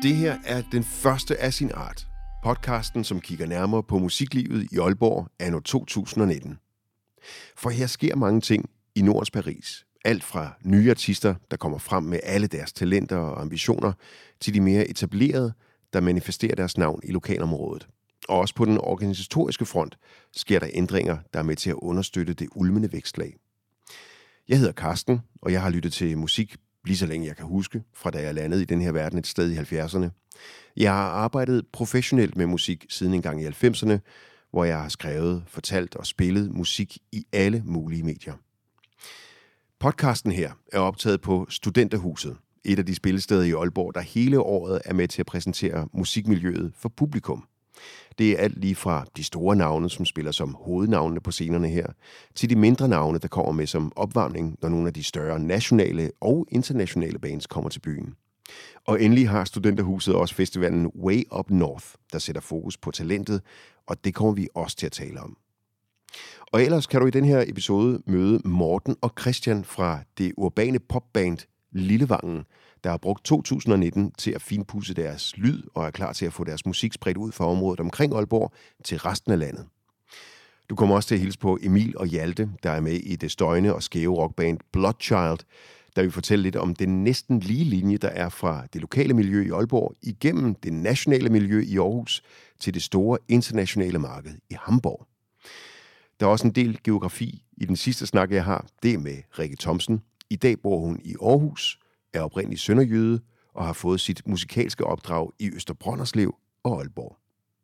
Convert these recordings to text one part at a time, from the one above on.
Det her er den første af sin art. Podcasten, som kigger nærmere på musiklivet i Aalborg anno 2019. For her sker mange ting i Nordens Paris. Alt fra nye artister, der kommer frem med alle deres talenter og ambitioner, til de mere etablerede, der manifesterer deres navn i lokalområdet. Og også på den organisatoriske front sker der ændringer, der er med til at understøtte det ulmende vækstlag. Jeg hedder Carsten, og jeg har lyttet til musik lige så længe jeg kan huske, fra da jeg landede i den her verden et sted i 70'erne. Jeg har arbejdet professionelt med musik siden engang i 90'erne, hvor jeg har skrevet, fortalt og spillet musik i alle mulige medier. Podcasten her er optaget på Studenterhuset, et af de spillesteder i Aalborg, der hele året er med til at præsentere musikmiljøet for publikum. Det er alt lige fra de store navne, som spiller som hovednavnene på scenerne her, til de mindre navne, der kommer med som opvarmning, når nogle af de større nationale og internationale bands kommer til byen. Og endelig har Studenterhuset også festivalen Way Up North, der sætter fokus på talentet, og det kommer vi også til at tale om. Og ellers kan du i den her episode møde Morten og Christian fra det urbane popband Lillevangen, der har brugt 2019 til at finpudse deres lyd og er klar til at få deres musik spredt ud fra området omkring Aalborg til resten af landet. Du kommer også til at hilse på Emil og Hjalte, der er med i det støjende og skæve rockband Bloodchild, der vil fortælle lidt om den næsten lige linje, der er fra det lokale miljø i Aalborg igennem det nationale miljø i Aarhus til det store internationale marked i Hamburg. Der er også en del geografi i den sidste snak, jeg har. Det er med Rikke Thomsen. I dag bor hun i Aarhus, er oprindelig sønderjyde og har fået sit musikalske opdrag i Østerbrønderslev og Aalborg.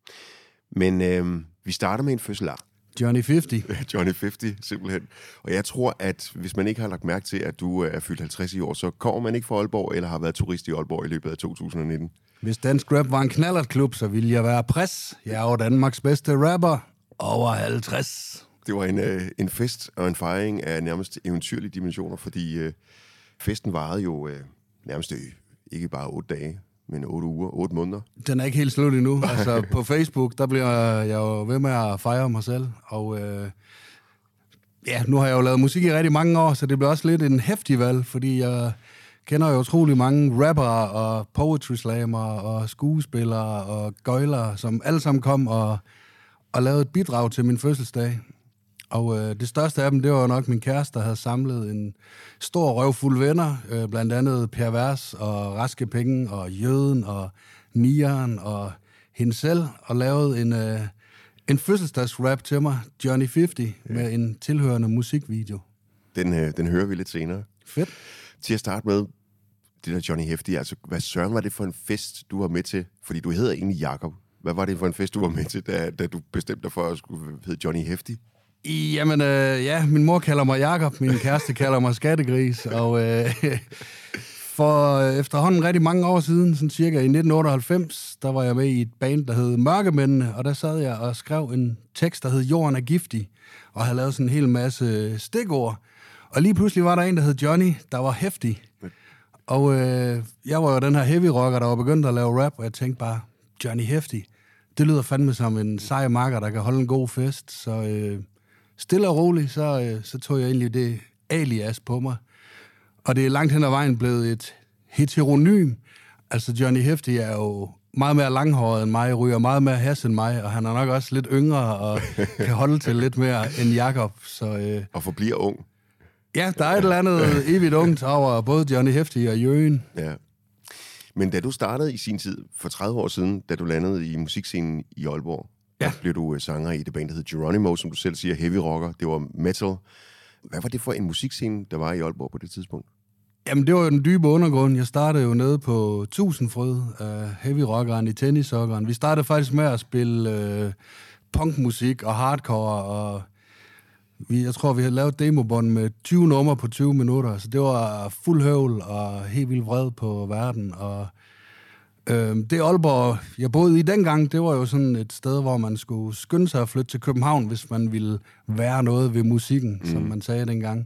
Men vi starter med en fødselar. Johnny 50. Johnny 50, simpelthen. Og jeg tror, at hvis man ikke har lagt mærke til, at du er fyldt 50 i år, så kommer man ikke fra Aalborg eller har været turist i Aalborg i løbet af 2019. Hvis dansk rap var en knallertklub, så ville jeg være pres. Jeg er jo Danmarks bedste rapper. Over 50. Det var en fest og en fejring af nærmest eventyrlige dimensioner, fordi festen varede jo nærmest ikke bare 8 dage, men 8 uger, 8 måneder. Den er ikke helt slut endnu. Altså på Facebook, der bliver jeg jo ved med at fejre mig selv. Og nu har jeg jo lavet musik i rigtig mange år, så det bliver også lidt en heftig valg, fordi jeg kender jo utrolig mange rappere og poetry slammer og skuespillere og gøjlere, som alle sammen kom og lavede et bidrag til min fødselsdag. Og det største af dem, det var nok min kæreste, der havde samlet en stor røvfuld venner, blandt andet Per Vers og Raske Penge og Jøden og Nieren og hende selv, og lavet en fødselsdagsrap til mig, Johnny 50, med en tilhørende musikvideo. Den hører vi lidt senere. Fedt. Til at starte med, det der Johnny 50, altså hvad søren var det for en fest, du var med til? Fordi du hedder egentlig Jakob. Hvad var det for en fest, du var med til, da du bestemte dig for at skulle hedde Johnny 50? Jamen, min mor kalder mig Jakob, min kæreste kalder mig Skattegris, og for efterhånden rigtig mange år siden, sådan cirka i 1998, der var jeg med i et band, der hed Mørkemændene, og der sad jeg og skrev en tekst, der hed Jorden er giftig, og havde lavet sådan en hel masse stikord. Og lige pludselig var der en, der hed Johnny, der var heftig. Og jeg var jo den her heavy rocker, der var begyndt at lave rap, og jeg tænkte bare, Johnny Heftig, det lyder fandme som en sej makker, der kan holde en god fest. Så stille og roligt, så tog jeg egentlig det alias på mig. Og det er langt hen ad vejen blevet et heteronym. Altså Johnny Heftig er jo meget mere langhåret end mig, ryger meget mere hash end mig, og han er nok også lidt yngre og kan holde til lidt mere end Jakob. Så, og forbliver ung. Ja, der er et eller andet evigt ungt over både Johnny Heftig og Jøen. Ja. Men da du startede i sin tid, for 30 år siden, da du landede i musikscenen i Aalborg, der blev du sanger i det band, der hed Geronimo, som du selv siger, heavy rocker, det var metal. Hvad var det for en musikscene, der var i Aalborg på det tidspunkt? Jamen, det var jo den dybe undergrund. Jeg startede jo nede på Tusindfryd, heavy rockeren i tennissokkeren. Vi startede faktisk med at spille punkmusik og hardcore, og jeg tror, vi havde lavet demobånd med 20 numre på 20 minutter, så det var fuld høvl og helt vildt vred på verden. Og det Aalborg, jeg boede i dengang, det var jo sådan et sted, hvor man skulle skynde sig at flytte til København, hvis man ville være noget ved musikken, som man sagde dengang.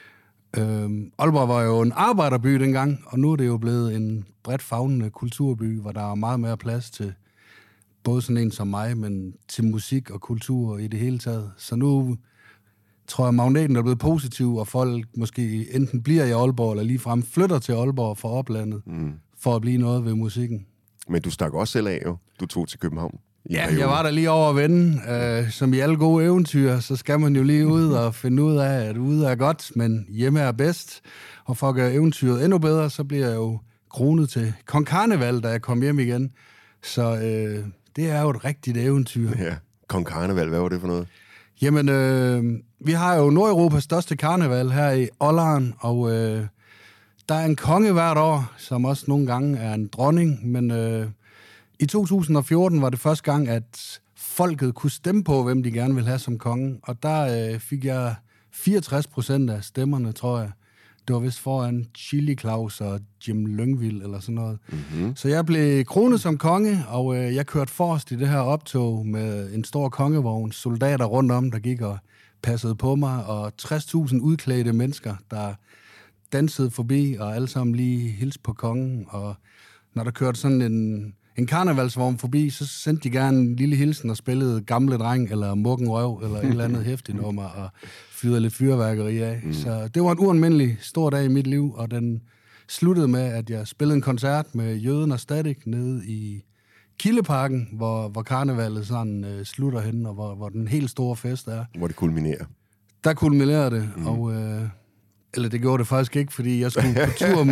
Aalborg var jo en arbejderby dengang, og nu er det jo blevet en bredt favnende kulturby, hvor der er meget mere plads til både sådan en som mig, men til musik og kultur i det hele taget. Så nu tror jeg, magneten er blevet positiv, og folk måske enten bliver i Aalborg, eller ligefrem flytter til Aalborg fra oplandet, for at blive noget ved musikken. Men du stak også selv af, jo. Du tog til København. Ja, jeg var der lige over at vende. Som i alle gode eventyr, så skal man jo lige ud og finde ud af, at ude er godt, men hjemme er bedst. Og for at gøre eventyret endnu bedre, så bliver jeg jo kronet til Kong Karneval, da jeg kom hjem igen. Så det er jo et rigtigt eventyr. Ja, Kong Karneval, hvad var det for noget? Jamen, vi har jo Nordeuropas største karneval her i Olderen, og der er en konge hvert år, som også nogle gange er en dronning, men i 2014 var det første gang, at folket kunne stemme på, hvem de gerne ville have som konge, og der fik jeg 64% af stemmerne, tror jeg. Det var vist foran Chili Claus og Jim Lyngvild eller sådan noget. Mm-hmm. Så jeg blev kronet som konge, og jeg kørte forrest i det her optog med en stor kongevogn, soldater rundt om, der gik og passede på mig, og 60.000 udklædte mennesker, der dansede forbi, og alle sammen lige hilste på kongen. Og når der kørte sådan en karnevalsvogn forbi, så sendte de gerne en lille hilsen og spillede Gamle Dreng, eller Muggen Røv, eller et eller andet hæftigt nummer, og fyrede lidt fyrværkeri af. Så det var en ualmindelig stor dag i mit liv, og den sluttede med, at jeg spillede en koncert med Jøden og Static nede i Kildeparken, hvor karnevalet sådan slutter hen, og hvor den helt store fest er. Hvor det kulminerer. Der kulminerede det, og eller det gjorde det faktisk ikke, fordi jeg skulle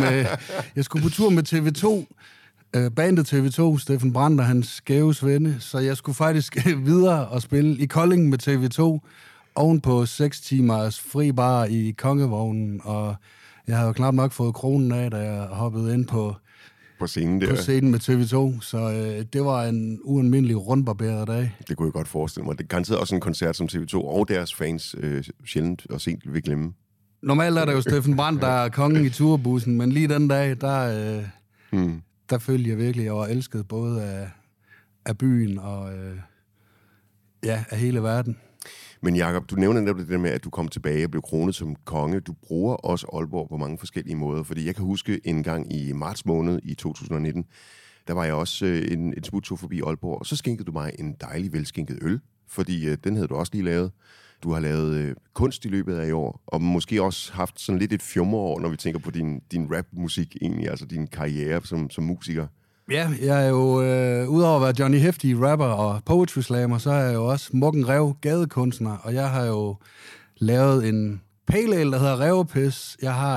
på tur med TV2, bandet TV2, Steffen Brandt og hans skæve svende, så jeg skulle faktisk videre og spille i Kolding med TV2, oven på 6 timers fri bar i Kongevognen, og jeg havde jo knap nok fået kronen af, da jeg hoppede ind på scenen med TV2, så det var en ualmindelig rundbarberet dag. Det kunne jeg godt forestille mig. Det er garanteret også en koncert, som TV2 og deres fans sjældent og sent vil glemme. Normalt er det jo Steffen Brandt, der er kongen i turbussen, men lige den dag, der følte jeg virkelig, at jeg var elsket både af byen og af hele verden. Men Jakob, du nævner netop det der med, at du kom tilbage og blev kronet som konge. Du bruger også Aalborg på mange forskellige måder, fordi jeg kan huske en gang i marts måned i 2019, der var jeg også en smuttur forbi Aalborg, og så skænkede du mig en dejlig velskænket øl, fordi den havde du også lige lavet. Du har lavet kunst i løbet af i år, og måske også haft sådan lidt et fjumreår, når vi tænker på din rapmusik egentlig, altså din karriere som musiker. Ja, jeg er jo, udover at være Johnny Hefti rapper og poetry slammer, så er jeg jo også Muggen Rev gadekunstner, og jeg har jo lavet en pale ale, der hedder Revpis. Jeg har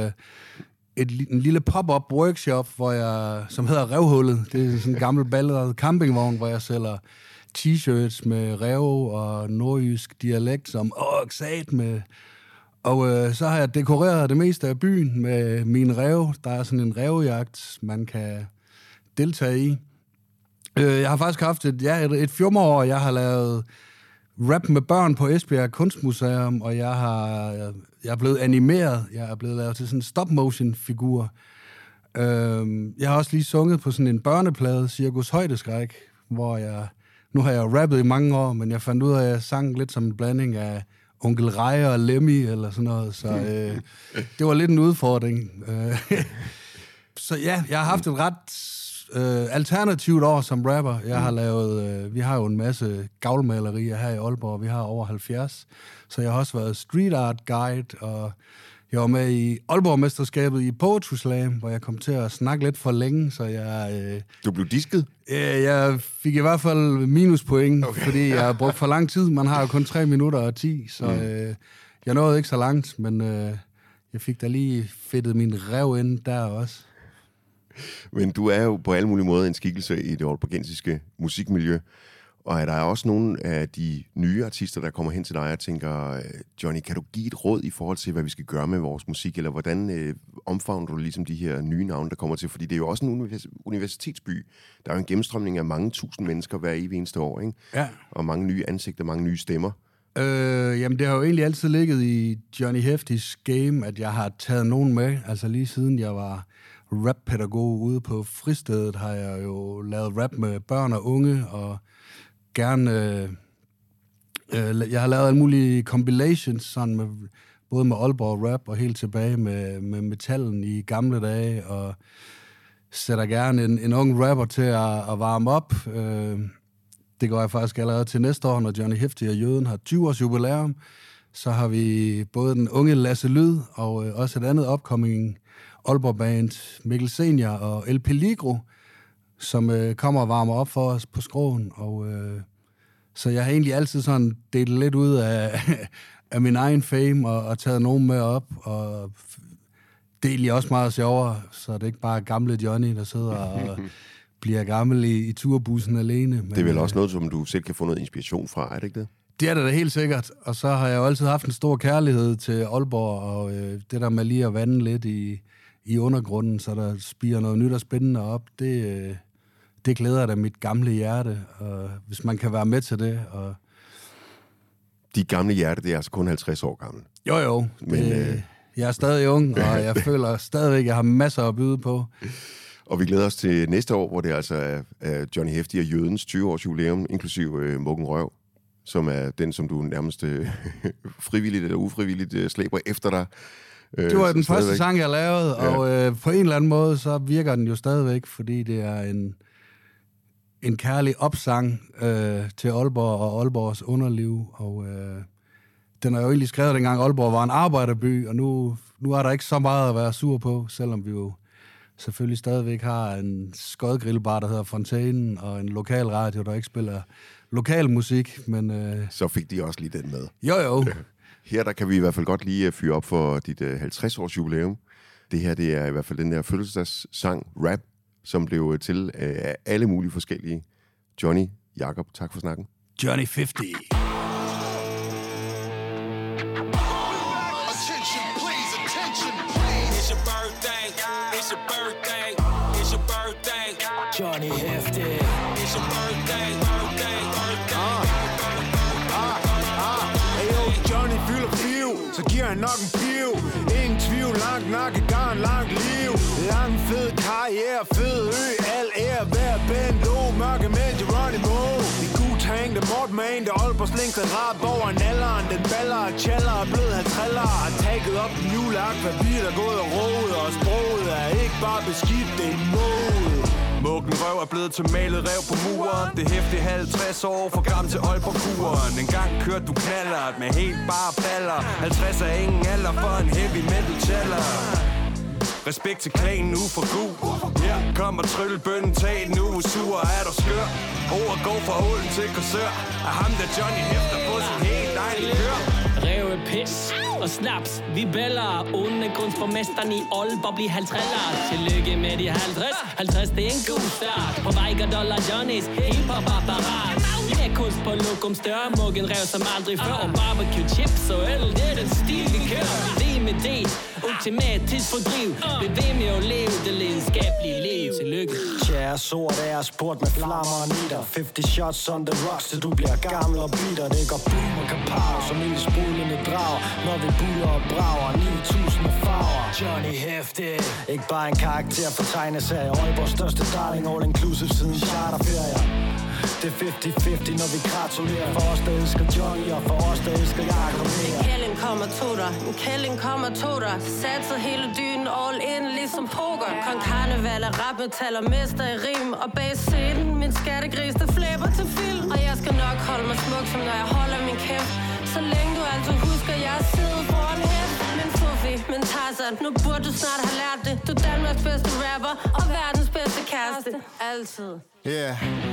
en lille pop-up workshop, som hedder Revhullet. Det er sådan en gammel ballerede campingvogn, hvor jeg sælger t-shirts med rev og nordjysk dialekt, som sat med. Og så har jeg dekoreret det meste af byen med mine rev. Der er sådan en revjagt, man kan deltage i. Jeg har faktisk haft et fjumreår. Jeg har lavet rap med børn på Esbjerg Kunstmuseum, og jeg er blevet animeret. Jeg er blevet lavet til sådan en stop-motion-figur. Jeg har også lige sunget på sådan en børneplade, Cirkus Højdeskræk, hvor nu har jeg rappet i mange år, men jeg fandt ud af, at jeg sang lidt som en blanding af Onkel Reje og Lemmy, eller sådan noget, så det var lidt en udfordring. Så ja, jeg har haft et ret alternativt år som rapper. Jeg har lavet, vi har jo en masse gavlmalerier her i Aalborg, vi har over 70, så jeg har også været street art guide, og jeg var med i Aalborg-mesterskabet i Poetry Slam, hvor jeg kom til at snakke lidt for længe, så jeg... Du blev disket? Jeg fik i hvert fald minuspoint, fordi jeg har brugt for lang tid. Man har jo kun 3 minutter og 10, så jeg nåede ikke så langt, men jeg fik da lige fedtet min rev ind der også. Men du er jo på alle mulige måder en skikkelse i det aalborgensiske musikmiljø, og er der også nogle af de nye artister, der kommer hen til dig og tænker, Johnny, kan du give et råd i forhold til, hvad vi skal gøre med vores musik, eller hvordan omfavner du ligesom de her nye navne, der kommer til? Fordi det er jo også en universitetsby. Der er jo en gennemstrømning af mange tusind mennesker hver evig eneste år, ikke? Ja. Og mange nye ansigter, mange nye stemmer. Jamen, det har jo egentlig altid ligget i Johnny Heftis game, at jeg har taget nogen med. Altså lige siden jeg var rap-pædagog ude på fristedet, har jeg jo lavet rap med børn og unge, og gerne... jeg har lavet alle mulige compilations, sådan med, både med Aalborg rap og helt tilbage med metallen i gamle dage, og sætter gerne en ung rapper til at varme op. Det går jeg faktisk allerede til næste år, når Johnny Hefti og Jøden har 20-års jubilæum. Så har vi både den unge Lasse Lyd og også et andet upcoming Aalborg-band, Mikkel Senior og El Peligro, som kommer og varmer op for os på skroen, og så jeg har egentlig altid sådan delt lidt ud af min egen fame, og taget nogen med op, og det er egentlig også meget sjovere, så det er ikke bare gamle Johnny, der sidder og bliver gammel i turbussen alene. Men, det er vel også noget, som du selv kan få noget inspiration fra, er det ikke det? Det er det da helt sikkert, og så har jeg jo altid haft en stor kærlighed til Aalborg, og det der med lige at vande lidt i undergrunden, så der spiger noget nyt og spændende op, det glæder da mit gamle hjerte, og hvis man kan være med til det. Og dit gamle hjerte, det er altså kun 50 år gammel. Jo, men, jeg er stadig ung, og jeg føler stadigvæk, at jeg har masser at byde på. Og vi glæder os til næste år, hvor det altså er Johnny Hefti og Jødens 20-års jubilæum, inklusive Muggen Røv, som er den, som du nærmest frivilligt eller ufrivilligt slæber efter dig. Det var den første sang, jeg lavede, og på en eller anden måde, så virker den jo stadigvæk, fordi det er en kærlig opsang til Aalborg og Aalborgs underliv, og den er jo egentlig skrevet, dengang Aalborg var en arbejderby, og nu er der ikke så meget at være sur på, selvom vi jo selvfølgelig stadigvæk har en skodgrillbar, der hedder Fontænen, og en lokal radio, der ikke spiller lokal musik, men så fik de også lige den med. Jo. Her der kan vi i hvert fald godt lige fyre op for dit 50-års jubilæum. Det her, det er i hvert fald den der fødselsdagssang, rap, som blev til af alle mulige forskellige. Johnny, Jakob, tak for snakken. Johnny 50. Johnny Hefti. It's your birthday. Hey yo, Johnny fylder 4, så giver han nok en piv. Ingen tvivl, langt nakkegarn, langt liv. Lang fed karriere, fed ø, al ære, hver band, mørke mænd, Geronimo. De Wu-Tang, der Mortman, der Aalborgs længste rap over alderen. Den baller og tjaller og blød halvtræller. Har tagget op den jule akvavir, der gået og roet. Og sproget er ikke bare beskidt, det er mod. Muggen Røv er blevet til malet rev på muren. Det hæftige 50 år for gammel til Aalborg-kuren. En gang kørte du knallert med helt bare baller. 50 er ingen alder for en heavy metal tæller. Respekt til klanen nu for Gud. Her kommer tryllebønnen, tag den uge sur. Er du skør? Ord går fra Ålen til Korsør. Er ham der Johnny hæfter på sin helt dejlige kør. Ræve pis og snaps, vi bæller. Undergrundsborgmesteren i Aalborg bliver 50'er. Tillykke med de 50. 50 det er en god start. På Weiger Dollar Johnny's hiphop-apparat. Lækkos på lokum, større Muggen Røv som aldrig før. Og barbecue chips og øl, det er den stil vi kører. Det med det, ultimat tidsfordriv. Bliv ved med at leve det lidenskabelige liv. Tillykke. Tjære sort er spurgt med flammer og nitter. 50 shots on the rocks, til du bliver gammel og bitter. Det går boom og kapav, som i sprudlende drag. Når vi buller og brager, 9000 farver. Johnny Hefti. Ikke bare en karakter for tegneserie. Aalborgs største darling, all inclusive siden charterferier. Det er 50-50, når vi gratulerer. For os, der elsker Johnny, og for os, der elsker Jakob mere. Kælling kommer to dig, en kælling kommer to dig. Satset hele dynen all in, ligesom poker. Kong Karneval er rap, metaller, mester i rim. Og bag scenen, min skattegris, der flæber til film. Og jeg skal nok holde mig smuk, som når jeg holder min kæft. Så længe du altså husker, jeg sidder foran hæft. Men Fuffi, men Tarzan, nu burde du snart have lært det. Du er Danmarks bedste rapper, og verdens bedste kæreste. Altid. Yeah.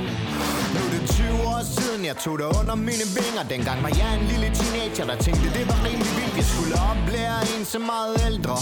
Nu er det 20 år siden, jeg tog dig under mine vinger. Dengang var jeg en lille teenager, der tænkte, det var rimelig vildt. Jeg skulle oplære en så meget ældre.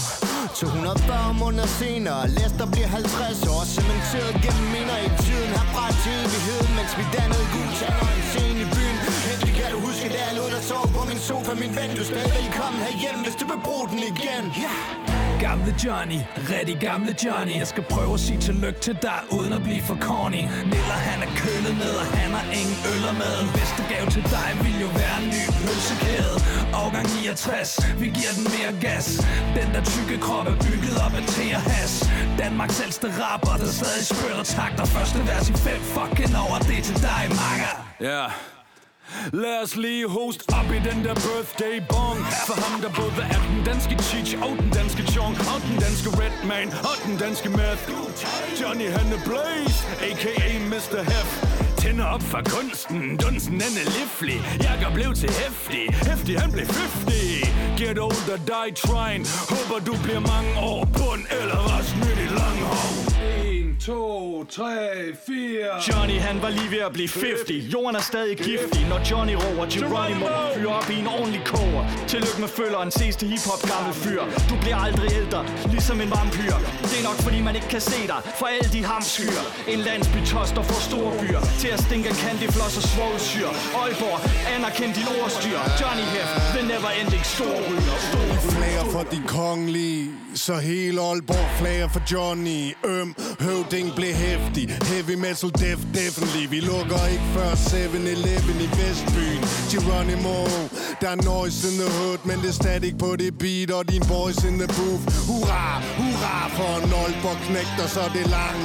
240 måneder senere, Lester bliver 50 år. Cementeret gennem minder i tiden, herfra til evigheden. Mens vi dannede Wu-Tang og en scene i byen. Endelig kan du huske, da jeg lå der sov på min sofa, min ven. Du skal velkommen herhjemme, hvis du vil bruge den igen. Gamle Johnny, rigtig gamle Johnny. Jeg skal prøve at sige tillykke til dig, uden at blive for corny. Niller han er kølet ned, og han har ingen øller med. En bedste gave til dig vil jo være en ny pølsekæde. Årgang 69, vi giver den mere gas. Den der tykke krop er bygget op af te og has. Danmarks ældste rapper, der stadig spørger takter. Første vers i 5 fucking over, det er til dig, makker. Ja. Lad os lige host op i den der birthday bong. For ham der både er den danske Cheech og den danske Chong, og den danske Redman og den danske Meth. Johnny han er Blaze, a.k.a. Mr. Hef. Tænder op for kunsten, dunsen den er livlig. Jakob blev til heftig, heftig han blev 50. Get older, die trying. Håber du bliver mange år på en eller resten i dit lange hår. 1, 1, 2, 3, 4. Johnny han var lige ved at blive 50. Jorden er stadig giftig. Når Johnny roer, Geronimo fyrer op i en ordentlig koger. Tillykke med følgeren, ses til hiphop gammel fyr. Du bliver aldrig ældre, ligesom en vampyr. Det er nok fordi man ikke kan se dig, for alle de hamskyer. En landsby toster for store byer, til at stinke candyfloss og svovlsyr. Aalborg, anerkend din ordstyr. Johnny Heft, the never ending storryger. Flager for de kongelige, så hele Aalborg flager for Johnny. Høvding blev hæftig, heavy metal definitely. Vi lukker ikke før 7-Eleven i Vestbyen. Geronimo, der er noise in the hood, men det er stadig på det beat, og din boys in the booth. Hurra, hurra for en Aalborg knægt, og så er det lang.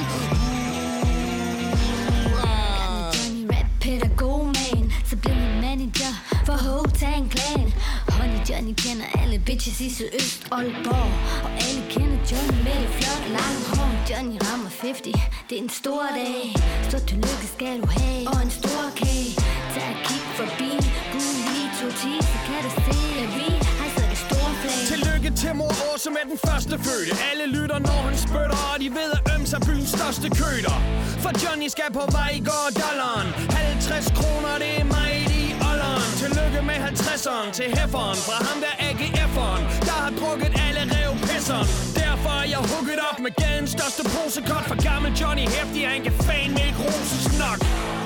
Johnny rap pædagog man, så blev min manager for Ho-Tang Clan. Honey Johnny kender alle bitches i Sydøst Aalborg, og alle kender Johnny med det flotte lange hår. Johnny rammer 50, det er en stor dag. Stort tillykke skal du have, og en stor kage. Tag et kig forbi, gud lige 2 10, så kan du se, at vi har så det store flag. Tillykke til mor Åse med den første fødte. Alle lytter når han spytter, og de ved at Øms er byens største køter. For Johnny skal på vej i går dollaren. 50 kroner, det er mig i ålderen. Tillykke med 50'eren til hæfferen fra ham der AGF'eren, der har drukket alle revpisseren. Derfor er jeg hugget op med gadens største posekot. For gammel Johnny Heftig, han kan fan med ikke rosesnak.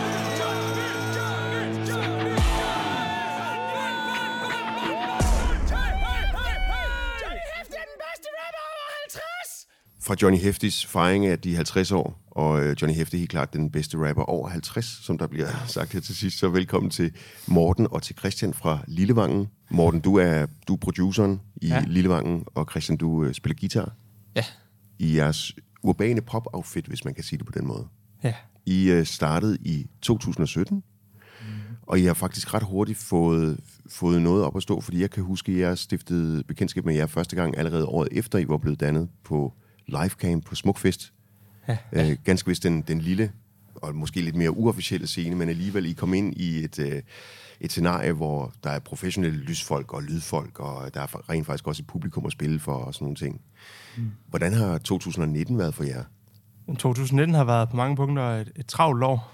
Fra Johnny Heftis fejring af de 50 år, og Johnny Hefti helt klart den bedste rapper over 50, som der bliver sagt her til sidst. Så velkommen til Morten og til Christian fra Lillevangen. Morten, du er produceren i Lillevangen, og Christian, du spiller guitar. Ja. I jeres urbane pop-outfit, hvis man kan sige det på den måde. Ja. I startede i 2017, og I har faktisk ret hurtigt fået noget op at stå, fordi jeg kan huske, at jeg stiftede bekendtskab med jer første gang allerede året efter, I var blevet dannet på Livecamp på Smukfest. Ja. Ganske vist den lille, og måske lidt mere uofficielle scene, men alligevel I kom ind i et scenarie, hvor der er professionelle lysfolk og lydfolk, og der er rent faktisk også et publikum at spille for og sådan nogle ting. Hvordan har 2019 været for jer? 2019 har været på mange punkter et travlt år.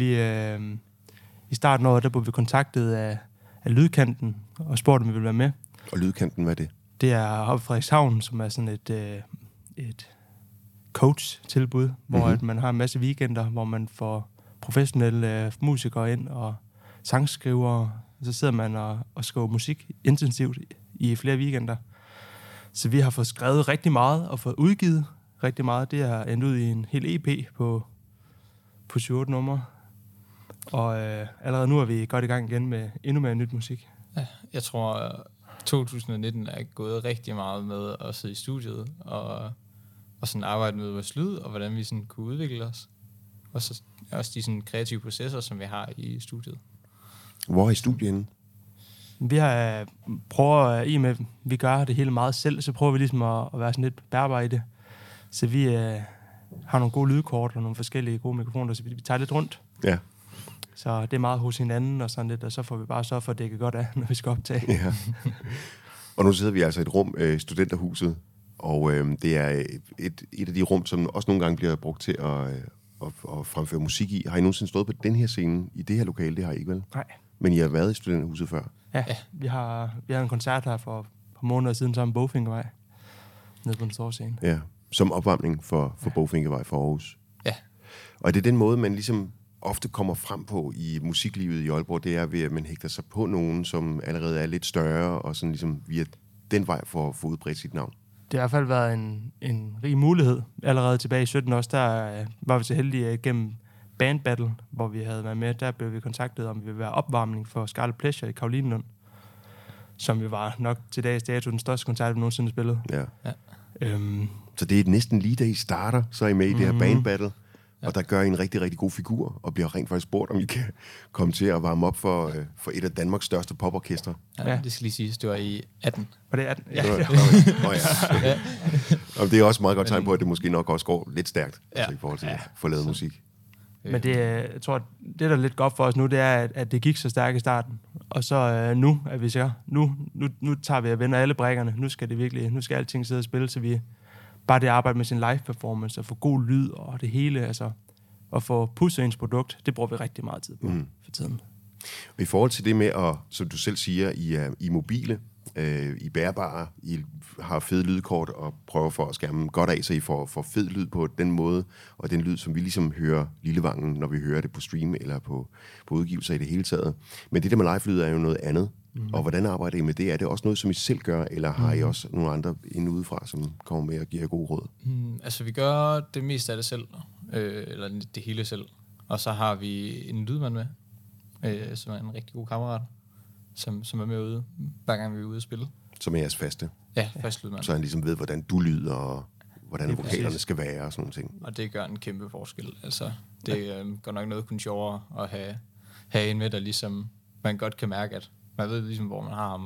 I starten af året, der blev vi kontaktet af Lydkanten og spurgte, om vi ville være med. Og Lydkanten, hvad er det? Det er oppe i Frederikshavn, som er sådan et coach-tilbud, hvor at man har en masse weekender, hvor man får professionelle musikere ind og sangskrivere. Så sidder man og skriver musik intensivt i flere weekender. Så vi har fået skrevet rigtig meget og fået udgivet rigtig meget. Det er endt ud i en hel EP på 7-8 numre. Og allerede nu er vi godt i gang igen med endnu mere nyt musik. Ja, jeg tror, 2019 er gået rigtig meget med at sidde i studiet og sådan arbejde med vores lyd, og hvordan vi sådan kunne udvikle os. Og så også de sådan kreative processer, som vi har i studiet. Hvor er I studiet? Vi har prøver i med, vi gør det hele meget selv, så prøver vi ligesom at være sådan lidt bærbare i det. Så vi har nogle gode lydkort og nogle forskellige gode mikrofoner, så vi tager lidt rundt. Ja. Så det er meget hos hinanden og sådan lidt, og så får vi bare sørge for at dække godt af, når vi skal optage. Ja. Og nu sidder vi altså i et rum, Studenterhuset, og det er et af de rum, som også nogle gange bliver brugt til at fremføre musik i. Har I nogensinde stået på den her scene i det her lokale? Det har I ikke, vel? Nej. Men I har været i Studenterhuset før? Ja, vi har en koncert her for måneder siden sammen på Bogfinkervej, nede på den store scene. Ja, som opvarmning for Bogfinkervej for Aarhus. Ja. Og er det den måde, man ligesom ofte kommer frem på i musiklivet i Aalborg, det er ved, at man hægter sig på nogen, som allerede er lidt større, og sådan ligesom via den vej for at få udbredt sit navn? Det har i hvert fald været en rig mulighed. Allerede tilbage i 17 også, der var vi så heldige gennem Band Battle, hvor vi havde været med. Der blev vi kontaktet, om vi ville være opvarmning for Scarlet Pleasure i Karolinelund, som vi var nok til dags dato den største koncert, vi nogensinde spillede. Ja. Så det er næsten lige da I starter, så er I med i det her Band Battle, og der gør I en rigtig, rigtig god figur, og bliver rent faktisk spurgt, om I kan komme til at varme op for et af Danmarks største poporkester. Ja, det skal lige siges, det var i 18. Var det 18? Ja. Og det er også meget godt tegn på, at det måske nok også går lidt stærkt altså i forhold til at få lavet musik. Men jeg tror, at det, der er lidt godt for os nu, det er, at det gik så stærkt i starten. Og så nu, at vi siger, nu tager vi og vender alle brækkerne. Nu skal alting sidde og spille, så vi bare det at arbejde med sin live performance, og få god lyd og det hele, altså at få pusset ens produkt, det bruger vi rigtig meget tid på for tiden. Og i forhold til det med at, som du selv siger, I mobile, I bærbare, I har fede lydkort og prøver for at skærme godt af, så I får fed lyd på den måde, og den lyd, som vi ligesom hører Lillevangen, når vi hører det på stream eller på udgivelser i det hele taget. Men det der med live-lyd er jo noget andet. Og hvordan arbejder I med det? Er det også noget, som I selv gør, eller har I også nogle andre inde udefra, som kommer med og giver gode råd? Altså, vi gør det meste af det selv, eller det hele selv. Og så har vi en lydmand med, som er en rigtig god kammerat, som er med ude, hver gang vi er ude at spille. Som er jeres faste? Ja, fast lydmand. Så han ligesom ved, hvordan du lyder, og hvordan vokalerne skal være, og sådan nogle ting. Og det gør en kæmpe forskel. Altså, det går nok noget kun sjovere at have en med, der ligesom, man godt kan mærke, at man ved ligesom, hvor man har ham,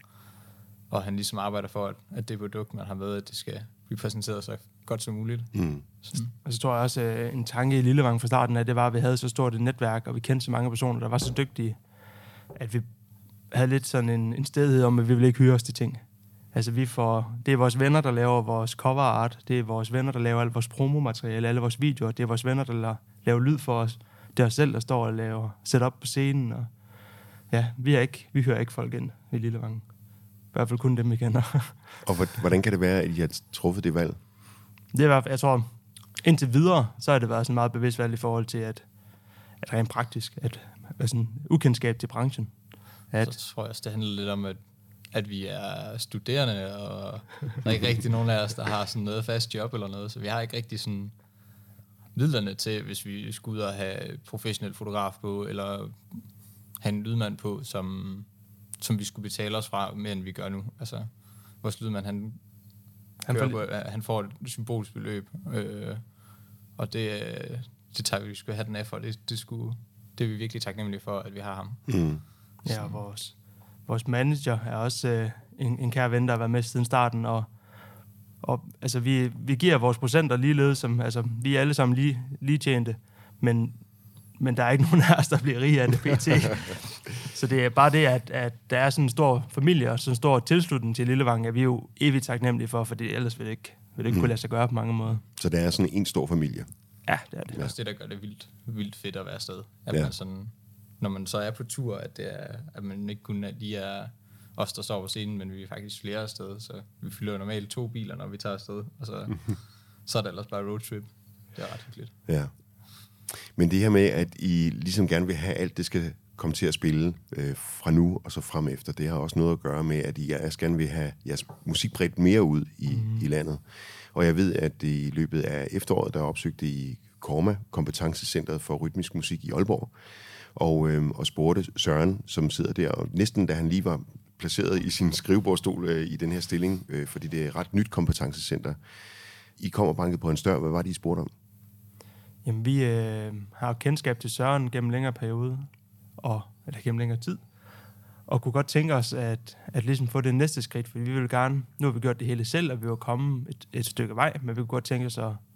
og han ligesom arbejder for, at det produkt, man har med, at det skal blive præsenteret så godt som muligt. Og så tror jeg også, en tanke i Lillevang fra starten, at det var, at vi havde så stort et netværk, og vi kendte så mange personer, der var så dygtige, at vi havde lidt sådan en stedighed om, at vi ville ikke hyre os til ting. Altså det er vores venner, der laver vores cover art, det er vores venner, der laver alt vores promomateriale, alle vores videoer, det er vores venner, der laver lyd for os. Det er os selv, der står og sætter op på scenen, og ja, vi hører ikke folk ind i Lillevang. I hvert fald kun dem, vi kender. Og hvordan kan det være, at I har truffet det valg? Det er i hvert fald, jeg tror, indtil videre, så har det været sådan meget bevidst valg i forhold til, at rent praktisk, at sådan ukendskab til branchen. Så tror jeg også, det handler lidt om, at vi er studerende, og der er ikke rigtig nogen af os, der har sådan noget fast job eller noget, så vi har ikke rigtig sådan midlerne til, hvis vi skulle ud og have professionel fotograf på, eller have en lydmand på, som vi skulle betale os fra, mere end vi gør nu. Altså, vores lydmand, han får et symbolisk beløb, og det tager vi skulle have den af for. Det er vi virkelig taknemmelige for, at vi har ham. Ja, og vores manager er også en kær ven, der har været med siden starten, og altså, vi giver vores procenter ligeledes, som, altså, vi er alle sammen lige tjente, men der er ikke nogen af os, der bliver rige af det pt. Så det er bare det, at der er sådan en stor familie og sådan en stor tilslutning til Lillevang, at vi er jo evigt taknemmelige for ellers vil det ikke kunne lade sig gøre på mange måder. Så det er sådan en stor familie? Ja, det er det. Det er også det, der gør det vildt fedt at være afsted. At man sådan, når man så er på tur, at man ikke kun lige er os, der står på scenen, men vi er faktisk flere afsted, så vi fylder normalt 2 biler, når vi tager afsted, og så er det ellers bare roadtrip. Det er ret hyggeligt. Ja. Men det her med, at I ligesom gerne vil have alt, det skal komme til at spille fra nu og så frem efter, det har også noget at gøre med, at I gerne vil have jeres musik bredt mere ud i landet. Og jeg ved, at i løbet af efteråret, der opsøgte I KORMA, Kompetencecentret for Rytmisk Musik i Aalborg, og spurgte Søren, som sidder der, og næsten da han lige var placeret i sin skrivebordstol i den her stilling, fordi det er et ret nyt kompetencecenter. I kom og bankede på en dør. Hvad var det, I spurgte om? Jamen, vi har kendskab til Søren gennem længere periode, eller gennem længere tid, og kunne godt tænke os at ligesom få det næste skridt, for vi vil gerne, nu har vi gjort det hele selv, og vi var kommet et stykke vej, men vi kunne godt tænke os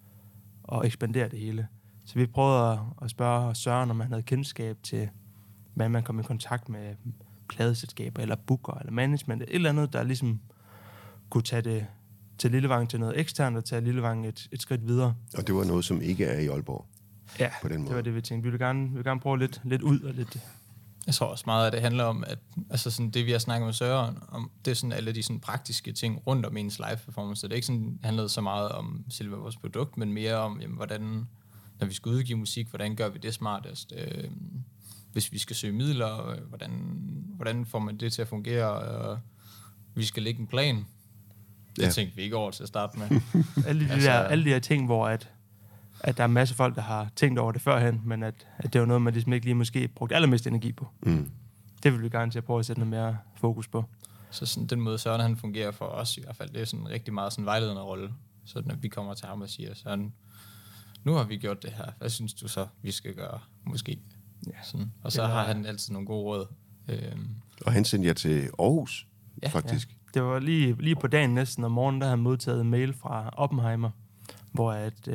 at ekspandere det hele. Så vi prøvede at spørge Søren, om han havde kendskab til, hvordan man kom i kontakt med pladeselskaber, eller booker, eller management, et eller andet, der ligesom kunne tage det til Lillevang til noget eksternt, og tage Lillevang et skridt videre. Og det var noget, som ikke er i Aalborg? Ja, på den måde. Det var det, vi tænkte. Vi vil gerne prøve lidt ud og lidt. Jeg tror også meget, at det handler om, at altså sådan, det, vi har snakket med Søren om, det er sådan alle de sådan praktiske ting rundt om ens live performance. Så det er ikke sådan handlet så meget om selve vores produkt, men mere om, jamen, hvordan, når vi skal udgive musik, hvordan gør vi det smartest? Hvis vi skal søge midler, hvordan får man det til at fungere? Vi skal lægge en plan. Det tænkte vi ikke over til at starte med. alle de her ting, hvor at der er en masse folk, der har tænkt over det førhen, men at det var noget, man ligesom ikke lige måske brugte allermest energi på. Det vil vi gerne til at prøve at sætte noget mere fokus på. Så sådan, den måde Søren han fungerer for os i hvert fald, det er sådan rigtig meget sådan en vejledende rolle. Så når vi kommer til ham og siger, Søren, nu har vi gjort det her, hvad synes du så, vi skal gøre måske? Ja. Sådan. Og så har han altid nogle gode råd. Og han sendte jer til Aarhus, faktisk. Ja. Det var lige på dagen næsten om morgenen, der havde han modtaget en mail fra Oppenheimer, hvor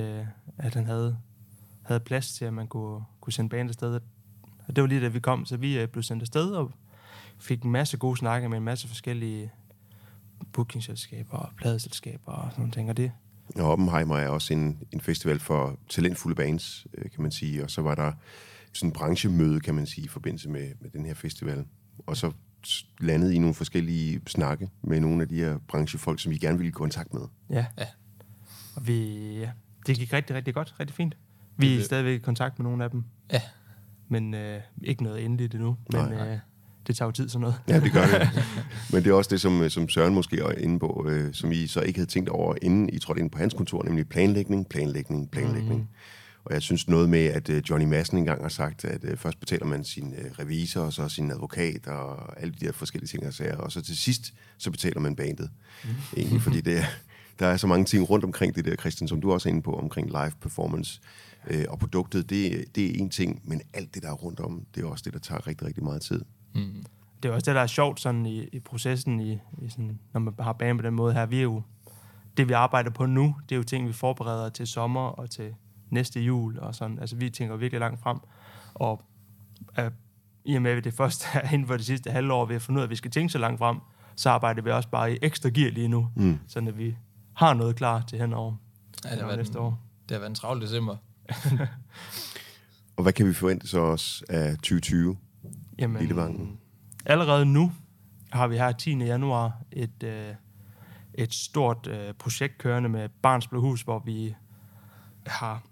at han havde plads til, at man kunne sende band afsted. Og det var lige da vi kom, så vi blev sendt afsted og fik en masse gode snakke med en masse forskellige bookingselskaber og pladeselskaber og sådan noget ting. Og det Og Oppenheimer er også en festival for talentfulde bands, kan man sige. Og så var der sådan en branchemøde, kan man sige, i forbindelse med den her festival. Og så landede i nogle forskellige snakke med nogle af de her branchefolk, som vi gerne ville i kontakt med. Ja. Og det gik rigtig, rigtig godt. Rigtig fint. Vi er stadigvæk i kontakt med nogle af dem. Ja. Men ikke noget endeligt endnu. Men det tager jo tid sådan noget. Ja, det gør det. Men det er også det, som Søren måske er inde på, som I så ikke havde tænkt over, inden I trådte ind på hans kontor, nemlig planlægning. Og jeg synes noget med, at Johnny Madsen engang har sagt, at først betaler man sin revisor, og så sin advokat, og alle de der forskellige ting og sager, og så til sidst, så betaler man bandet. Egentlig, fordi der er så mange ting rundt omkring det der, Christian, som du også er inde på, omkring live performance. Og produktet, det er en ting, men alt det, der er rundt om, det er også det, der tager rigtig, rigtig meget tid. Mm. Det er også det, der er sjovt sådan i processen, i sådan, når man har band på den måde her. Det, vi arbejder på nu, det er jo ting, vi forbereder til sommer og til næste jul og sådan. Altså, vi tænker virkelig langt frem. Og i og med, at det først er inden for det sidste halvår, vi har fundet ud af, at vi skal tænke så langt frem, så arbejder vi også bare i ekstra gear lige nu, sådan at vi har noget klar til henover næste år. Det har været en travl december. Og hvad kan vi forvente så også af 2020? Jamen, Lillevangen? Allerede nu har vi her 10. januar et stort projekt kørende med Barns Blåhus, hvor vi har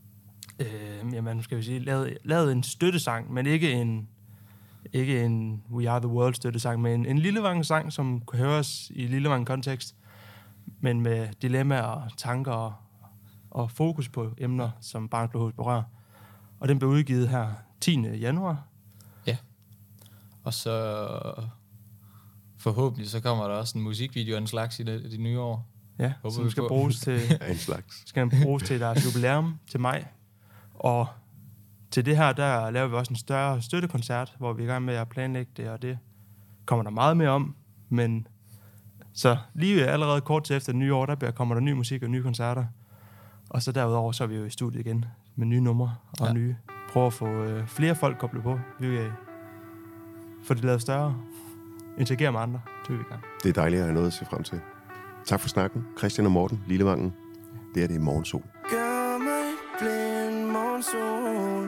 lavet en støttesang, men ikke en We Are The World støttesang, men en Lillevang-sang, som kunne høres i Lillevang-kontekst, men med dilemmaer, tanker og fokus på emner, som Barns Blåhus berører. Og den blev udgivet her 10. januar. Ja. Og så forhåbentlig så kommer der også en musikvideo af en slags i det nye år. Ja, som skal bruges til deres jubilæum til maj. Og til det her, der laver vi også en større støttekoncert, hvor vi er i gang med at planlægge det, og det kommer der meget mere om. Men så lige allerede kort til efter det nye år, kommer der ny musik og nye koncerter. Og så derudover, så er vi jo i studiet igen med nye numre og nye. Prøver at få flere folk koblet på. Vi vil få det lavet større. Interagere med andre. Det vil vi gerne. Det er dejligt at have noget at se frem til. Tak for snakken, Christian og Morten, Lillevangen. Det er Morgensol. Gør mig blind, morgensol.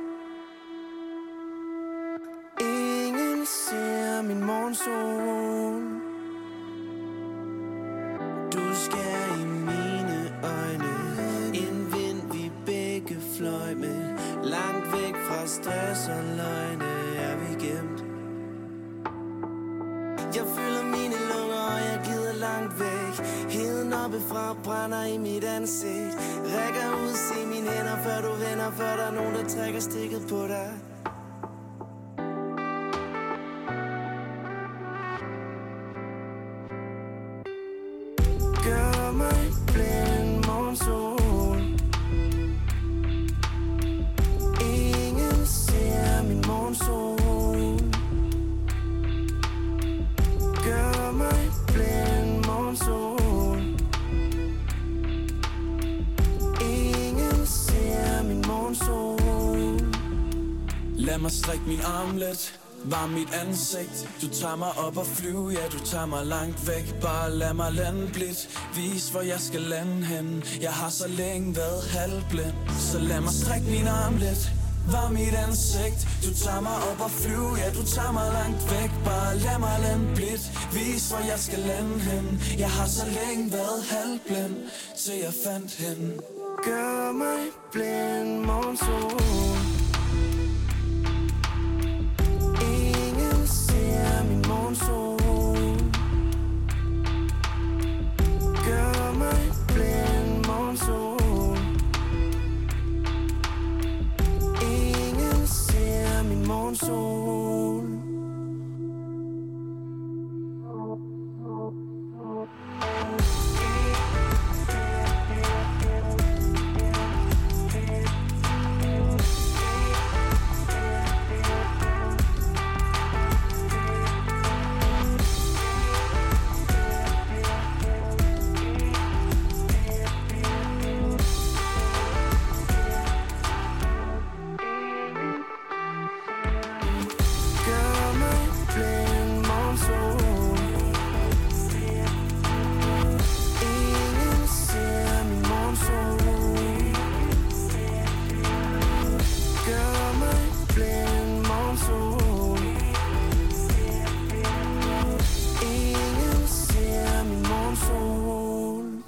Ingen ser min morgensol. Du skal i mine øjne. En vind vi begge fløj med. Langt væk fra stress og løgne er vi gemt. Jeg føler mine lunger, og jeg glider langt væk. Heden oppefra brænder i mit ansigt. Rækker ud, se mine hænder, før du vender. Før der er nogen, der trækker stikket på dig. Gør mig blind, morgensol. Ingen ser min morgensol. Gør mig blind, morgensol. Ingen ser min morgensol. Lad mig strække min arm lidt. Varm mit ansigt. Du tager mig op og flyve. Ja, du tager mig langt væk. Bare lad mig lande blidt. Vis hvor jeg skal lande hen. Jeg har så længe været halvblind. Så lad mig strække min arm lidt. Var mit ansigt. Du tager mig op og flyve. Ja, du tager mig langt væk. Bare lad mig lande blidt. Vis hvor jeg skal lande hen. Jeg har så længe været halvblind, så jeg fandt hende. Gør mig blind, morgensol. Ingen ser min morgensol. Gør mig blind, morgensol. Ingen ser min morgensol.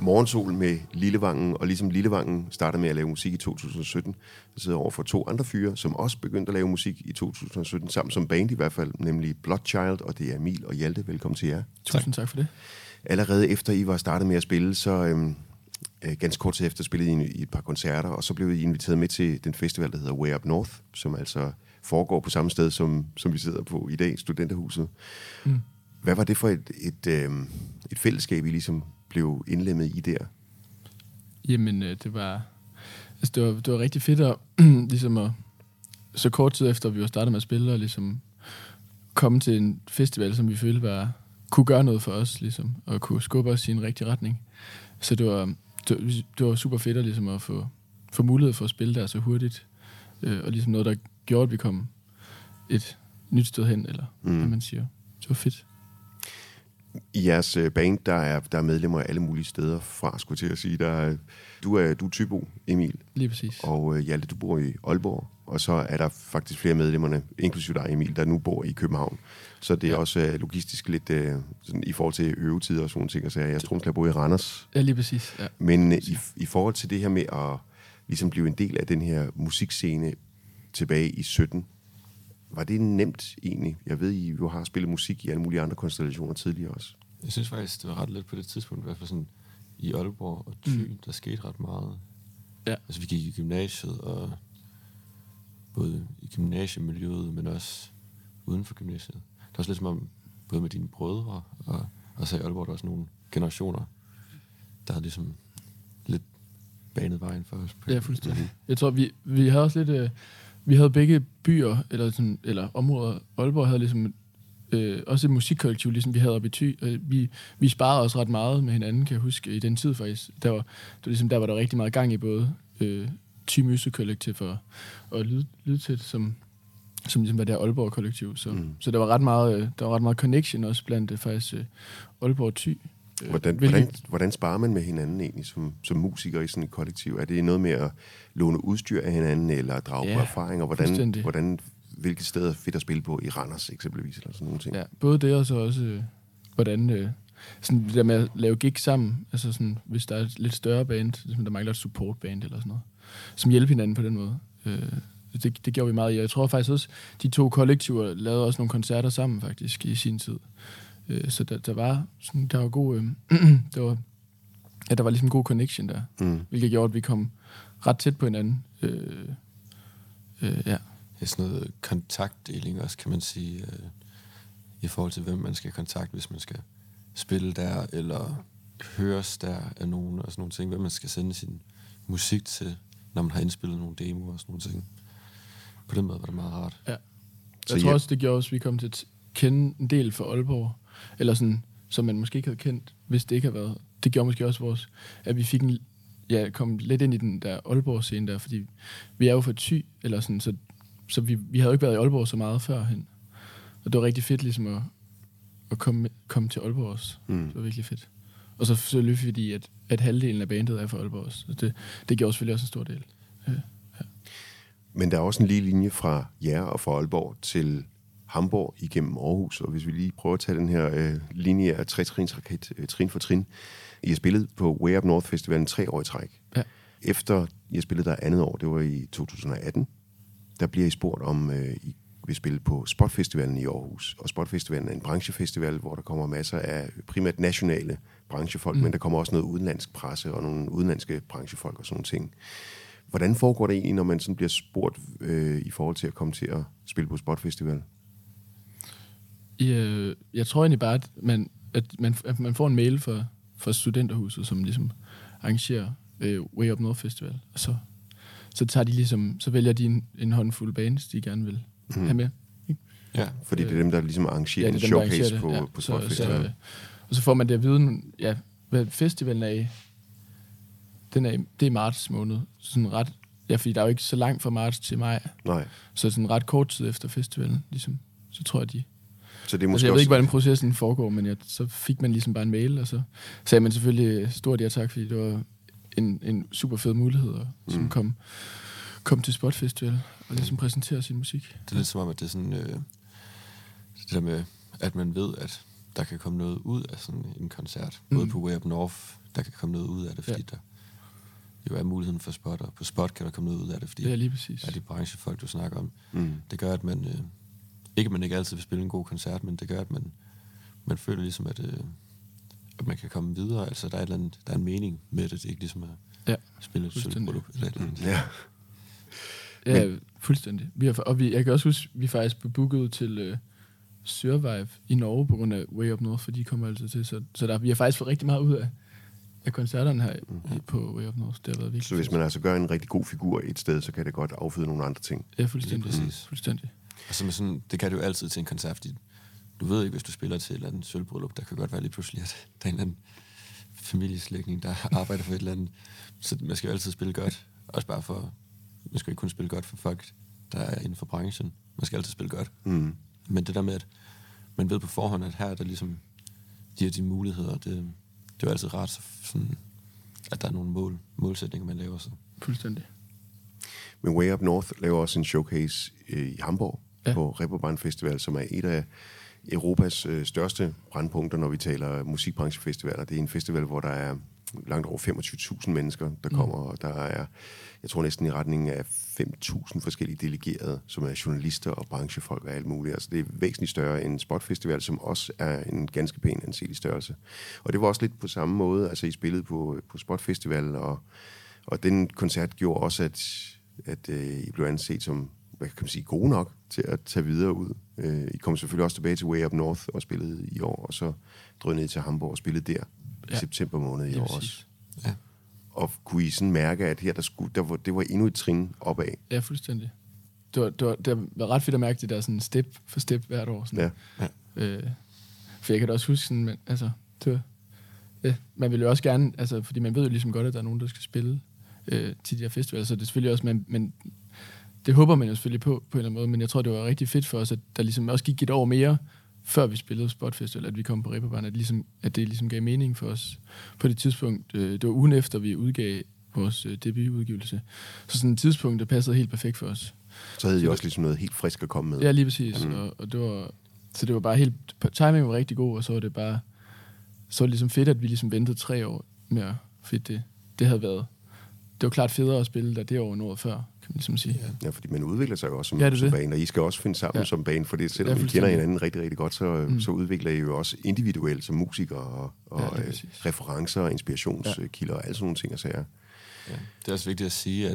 Morgensol med Lillevangen, og ligesom Lillevangen startede med at lave musik i 2017, der sidder over for 2 andre fyre, som også begyndte at lave musik i 2017, sammen som band i hvert fald, nemlig Bloodchild, og det er Emil og Hjalte. Velkommen til jer. Tusind tak for det. Allerede efter I var startet med at spille, så ganske kort tid efter spillede I i et par koncerter, og så blev I inviteret med til den festival, der hedder Way Up North, som altså foregår på samme sted, som vi sidder på i dag, Studenterhuset. Mm. Hvad var det for et fællesskab, I ligesom blev indlemmet i der? Jamen, det var rigtig fedt at, ligesom at, så kort tid efter, vi var startet med at spille, og ligesom komme til en festival, som vi følte kunne gøre noget for os, ligesom, og kunne skubbe os i en rigtig retning. Så det var super fedt at, ligesom, at få mulighed for at spille der så hurtigt, og ligesom noget, der gjorde, at vi kom et nyt sted hen, eller hvad man siger. Det var fedt. I jeres band, der er medlemmer af alle mulige steder fra, skulle jeg til at sige. Du er Thybo, Emil. Lige præcis. Og Hjalte, du bor i Aalborg. Og så er der faktisk flere medlemmerne, inklusive dig, Emil, der nu bor i København. Så det er også logistisk lidt sådan, i forhold til øvetider og sådan ting. Så jeg tror, jeg bor i Randers. Ja, lige præcis. Ja. Men i forhold til det her med at ligesom blive en del af den her musikscene tilbage i 17, var det nemt egentlig? Jeg ved, I jo har spillet musik i alle mulige andre konstellationer tidligere også. Jeg synes faktisk, det var ret let på det tidspunkt, i hvert fald sådan i Aalborg og Thy, der skete ret meget. Ja. Altså vi gik i gymnasiet, og både i gymnasiemiljøet, men også uden for gymnasiet. Der er også lidt som om, både med dine brødre, og så i Aalborg, der er også nogle generationer, der har ligesom lidt banet vejen for os. Ja, fuldstændig. Jeg tror, vi havde også lidt... Vi havde begge byer, eller områder. Aalborg havde ligesom også et musikkollektiv, ligesom vi havde oppe i Thy. Vi sparede også ret meget med hinanden, kan jeg huske, i den tid faktisk. Der var der rigtig meget gang i både Thy Musikkollektiv og Lydtæt, som ligesom var der Aalborg-kollektiv. Så der var ret meget connection også blandt faktisk Aalborg og Thy. Hvordan sparer man med hinanden egentlig som musiker i sådan et kollektiv? Er det noget med at låne udstyr af hinanden, eller drage på erfaringer? Hvilke steder er fedt at spille på i Randers eksempelvis, eller sådan nogle ting? Ja, både det og så også, hvordan sådan det der med at lave gig sammen, altså sådan, hvis der er et lidt større band, ligesom der mangler et supportband eller sådan noget, som hjælper hinanden på den måde. Det gjorde vi meget i. Jeg tror faktisk også, de 2 kollektiver lavede også nogle koncerter sammen faktisk i sin tid. Så der var god... der var ligesom god connection der, hvilket gjorde, at vi kom ret tæt på hinanden. Ja. Det er sådan noget kontaktdeling også, kan man sige, i forhold til, hvem man skal kontakte, hvis man skal spille der, eller høres der af nogen, og sådan nogle ting. Hvem man skal sende sin musik til, når man har indspillet nogle demoer og sådan nogle ting. På den måde var det meget rart. Ja. Jeg tror også, det gjorde os, vi kom til at kende en del for Aalborg, eller sådan, som man måske ikke havde kendt, hvis det ikke havde været. Det gjorde måske også at vi fik kom lidt ind i den der Aalborg-scene der, fordi vi er jo fra Thy, eller sådan, så vi havde jo ikke været i Aalborg så meget førhen. Og det var rigtig fedt ligesom at komme til Aalborg også. Det var virkelig fedt. Og så selvfølgelig fordi, at halvdelen af bandet er fra Aalborg også. Så det gjorde selvfølgelig også en stor del. Ja. Men der er også en lige linje fra jer og fra Aalborg til Hamburg igennem Aarhus, og hvis vi lige prøver at tage den her linje af 3-trinsraket, trin for trin. I har spillet på Way Up North Festivalen 3 år i træk. Ja. Efter I har spillet der andet år, det var i 2018, der bliver I spurgt om, I vil spille på Spotfestivalen i Aarhus. Og Spotfestivalen er en branchefestival, hvor der kommer masser af primært nationale branchefolk, men der kommer også noget udenlandsk presse og nogle udenlandske branchefolk og sådan nogle ting. Hvordan foregår det egentlig, når man sådan bliver spurgt i forhold til at komme til at spille på Spotfestival? Jeg tror egentlig bare, at man får en mail fra Studenterhuset, som ligesom arrangerer Way Up North Festival, og så tager de ligesom, så vælger de en håndfuld bands, de gerne vil have med. Ikke? Ja, fordi det er dem, der ligesom arrangerer en showcase på Spotfestival. Og så får man det at vide, hvad festivalen er i. Det er marts måned. Sådan ret, fordi der er jo ikke så langt fra marts til maj. Nej. Så sådan ret kort tid efter festivalen, ligesom, så tror jeg, så det er måske jeg ved ikke, hvordan processen foregår, men så fik man ligesom bare en mail, og så sagde man selvfølgelig stort ja tak, fordi det var en super fed mulighed at som kom til Spotfestival og ligesom præsentere sin musik. Det er lidt som om, at det er sådan, det der med, at man ved, at der kan komme noget ud af sådan en koncert. Både på Way Up North, der kan komme noget ud af det, fordi der jo er muligheden for spot, og på spot kan der komme noget ud af det, fordi lige præcis. de branchefolk, du snakker om. Det gør, at man ikke altid vil spille en god koncert, men det gør, at man føler ligesom, at man kan komme videre. Altså, der er en mening med det. Det er ikke ligesom at spille et sølvbryllup eller et eller andet. Ja, fuldstændig. Jeg kan også huske, vi faktisk blev booket ud til Survive i Norge på grund af Way Up North, for de kommer altid til. Så vi har faktisk fået rigtig meget ud af koncerterne her på Way Up North. Det har været virkelig. Så hvis man altså gør en rigtig god figur et sted, så kan det godt afføde nogle andre ting. Ja, fuldstændig. Fuldstændig. Og så sådan, det kan du jo altid til en koncert, fordi du ved ikke, hvis du spiller til et eller andet sølvbryllup, der kan godt være lige pludselig, at der er en eller anden familieslægtning, der arbejder for et eller andet. Så man skal jo altid spille godt. Også bare for, man skal ikke kun spille godt for folk, der er inden for branchen. Man skal altid spille godt. Men det der med, at man ved på forhånd, at her er der ligesom de muligheder, det er jo altid rart, sådan, at der er nogle målsætninger, man laver så. Fuldstændig. Men Way Up North laver også en showcase i Hamburg på Reeperbahn Festival, som er et af Europas største brandpunkter, når vi taler musikbranchefestivaler. Det er en festival, hvor der er langt over 25.000 mennesker, der kommer, og der er, jeg tror næsten i retningen af 5.000 forskellige delegerede, som er journalister og branchefolk og alt muligt. Altså det er væsentligt større end Spotfestival, som også er en ganske pæn anselig størrelse. Og det var også lidt på samme måde, altså I spillede på Spotfestival, og den koncert gjorde også, at I blev anset som, hvad kan man sige, gode nok til at tage videre ud. I kom selvfølgelig også tilbage til Way Up North og spillede i år, og så drøg ned til Hamburg og spillede der i september måned i år også. Ja. Og kunne I sådan mærke, at her det var endnu et trin opad? Ja, fuldstændig. Det var ret fedt at mærke det der sådan step for step hvert år. Sådan. Ja. For jeg kan da også huske sådan, men, altså, man vil jo også gerne, altså, fordi man ved jo ligesom godt, at der er nogen, der skal spille til de her festivaler, så det er selvfølgelig også, men det håber man jo selvfølgelig på en eller anden måde, men jeg tror, det var rigtig fedt for os, at der ligesom også gik et år mere, før vi spillede Spotfestival, at vi kom på Reeperbahn, at det ligesom gav mening for os på det tidspunkt. Det var ugen efter, vi udgav vores debutudgivelse. Så sådan et tidspunkt, der passede helt perfekt for os. Så havde I også ligesom noget helt frisk at komme med. Ja, lige præcis. Og det var bare helt... Timingen var rigtig god, og så var det bare... Så var det ligesom fedt, at vi ligesom ventede 3 år med at fedt det havde været. Det var klart federe at spille der det år end året før, kan man ligesom sige. Ja, fordi man udvikler sig jo også som band, og I skal også finde sammen som band, for det, selvom I kender hinanden rigtig, rigtig godt, så udvikler I jo også individuelt som musikere og referencer og inspirationskilder og alle sådan nogle ting og sager. Ja. Det er også vigtigt at sige,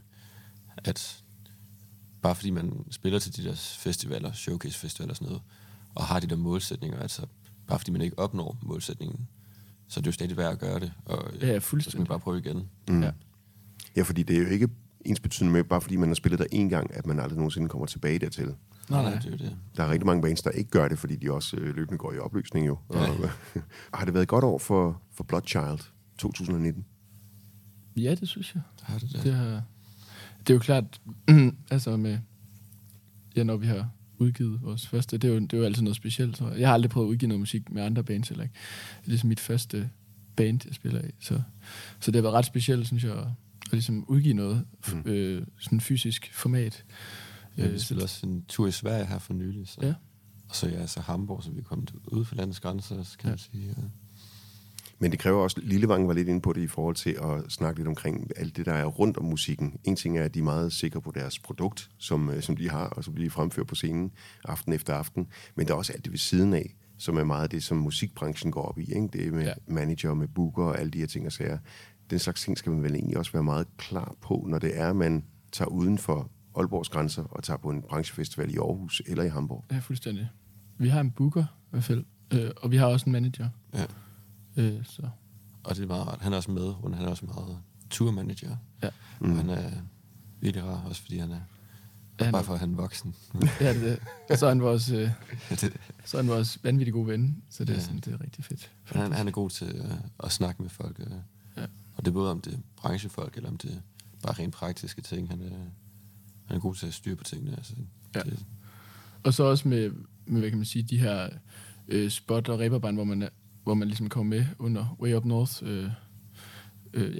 at bare fordi man spiller til de der festivaler, showcase-festivaler og sådan noget, og har de der målsætninger, altså bare fordi man ikke opnår målsætningen, så er det jo stadig værd at gøre det, og så skal man bare prøve igen. Ja, fordi det er jo ikke ensbetydende med, bare fordi man har spillet der en gang, at man aldrig nogensinde kommer tilbage dertil. Nej, det er jo det. Der er rigtig mange bands, der ikke gør det, fordi de også løbende går i opløsning jo. Ja. Har det været et godt år for Bloodchild 2019? Ja, det synes jeg. Har det. Det er jo klart, altså med, når vi har udgivet vores første, det er jo altid noget specielt. Så jeg har aldrig prøvet at udgive noget musik med andre bands, eller ikke. Det er ligesom mit første band, jeg spiller i. Så det har været ret specielt, synes jeg, at ligesom udgive noget, sådan fysisk format. Ja, vi spiller også en tur i Sverige her for nylig. Så. Ja. Og så Hamburg, så vi er kommet ud for landets grænser, kan man sige. Ja. Men det kræver også, Lillevang var lidt inde på det i forhold til at snakke lidt omkring alt det, der er rundt om musikken. En ting er, at de er meget sikre på deres produkt, som de har, og så bliver de fremført på scenen aften efter aften. Men der er også alt det ved siden af, som er meget af det, som musikbranchen går op i. Ikke? Det er med manager, med booker og alle de her ting og sager. Den slags ting skal man vel egentlig også være meget klar på, når det er, at man tager uden for Aalborgs grænser og tager på en branchefestival i Aarhus eller i Hamburg. Ja, fuldstændig. Vi har en booker i hvert fald, og vi har også en manager. Ja. Så. Og det er meget rart. Han er også med, og han er også meget tourmanager. Ja. Og han er virkelig rar, også fordi han er bare for at han er voksen. Ja, det. Og så er han vores vanvittig gode ven, så det er, sådan, det er rigtig fedt. Han er god til at snakke med folk. Og det er både om det er branchefolk, eller om det er bare rent praktiske ting. Han er god til at styre på tingene. Altså, det. Og så også med, hvad kan man sige, de her spot og Reeperbahn, hvor man ligesom kommer med under Way Up North,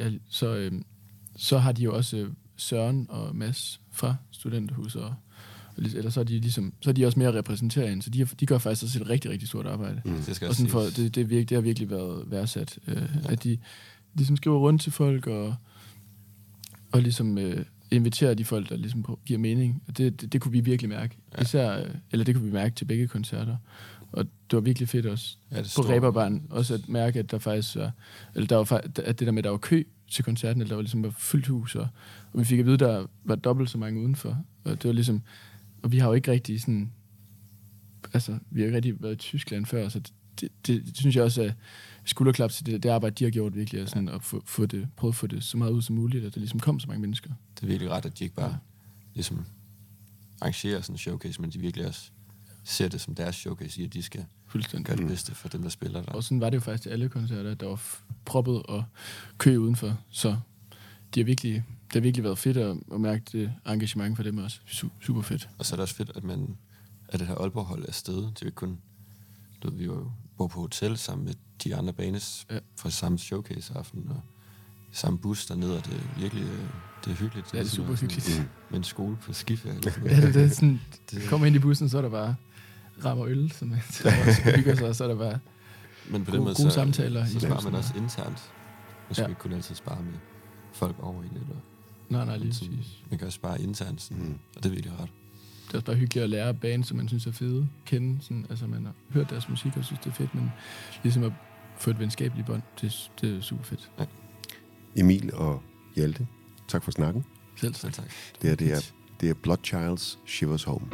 så har de jo også Søren og Mads fra Studenterhus Eller så er de ligesom, så er de også mere repræsenterende, så de gør faktisk også et rigtig, rigtig stort arbejde. Det skal og sådan det har virkelig været værdsat, at de ligesom skriver rundt til folk, og ligesom inviterer de folk, der ligesom giver mening. Det kunne vi virkelig mærke. Især, eller det kunne vi mærke til begge koncerter. Og det var virkelig fedt også på Reeperbahn, også at mærke, at der faktisk var, eller der var, at det der med, at der var kø til koncerten, eller der var ligesom fyldt hus, og vi fik at vide, at der var dobbelt så mange udenfor. Og det var ligesom, og vi har jo ikke rigtig sådan, altså, vi har ikke rigtig været i Tyskland før, så det synes jeg også er skulderklap til det arbejde, de har gjort virkelig, at sådan, at prøve at få det så meget ud som muligt, at der ligesom kom så mange mennesker. Det er virkelig ret, at de ikke bare ligesom arrangerer sådan en showcase, men de virkelig også ser det som deres showcase i, at de skal gøre det bedste for dem, der spiller der. Og sådan var det jo faktisk til alle koncerter, der var proppet og kø udenfor, så det har virkelig været fedt at mærke det engagement for dem også. Super fedt. Og så er det også fedt, at det her Aalborg-hold er afsted. Det er jo ikke kun... Vi var jo på hotel sammen med de andre bands fra samme showcase-aften, og samme bus dernede, og det er virkelig det er hyggeligt. Ja, det er super hyggeligt. Med en skole på skiferie. Ja, det er sådan... Kommer ind i bussen, så er der bare ram og øl, som hygger sig, og så er der bare men på den måde, gode samtaler. Så sparer man også internt. Man skal ikke kun altid spare med folk over en, eller... Nej, lige præcis. Man kan også spare internt, sådan, og det er virkelig ret. Det er også bare hyggeligt at lære band, som man synes er fede, kende. Sådan, altså, man har hørt deres musik og synes, det er fedt, men ligesom at få et venskabeligt bånd, det er super fedt. Ja. Emil og Hjalte, tak for snakken. Selv tak. Det er Bloodchild's Shivers Home.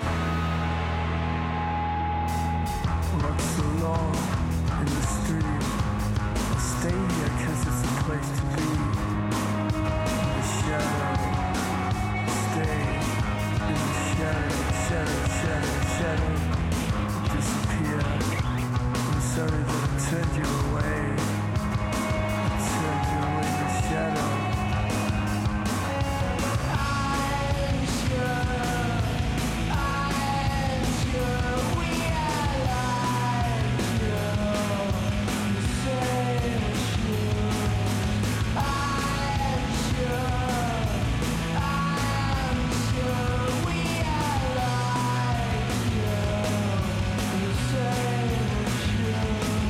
Walk so long in the street. Stay here 'cause it's a place to be. In the shadow. Stay in the shadow. Disappear. I'm sorry that I turned you away. I turned you away in the shadow. I'm sure we are like you. The same as you. I'm sure we are like you. The same as you.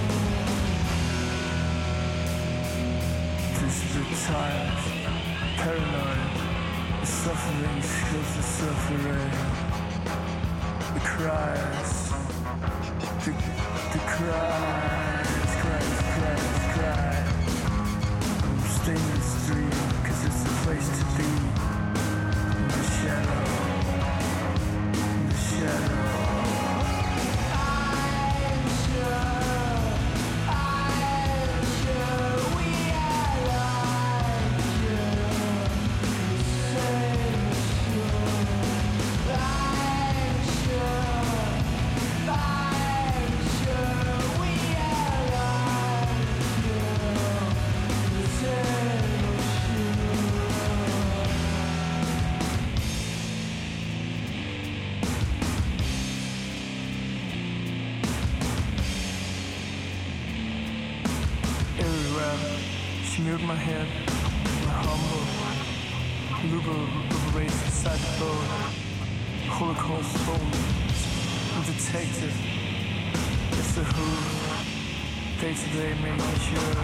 Desperate, paranoid, the suffering kills the suffering. The cries, the cries. I'm staying in the street 'cause it's the place to be. In the shadow. I'm sure we are like you. Same as you. I'm sure we are like you. Same as you. Everywhere, she moved my head, my humble, Luba raised inside the boat, Holocaust bones, I'm detective, it's the who, day to day making sure.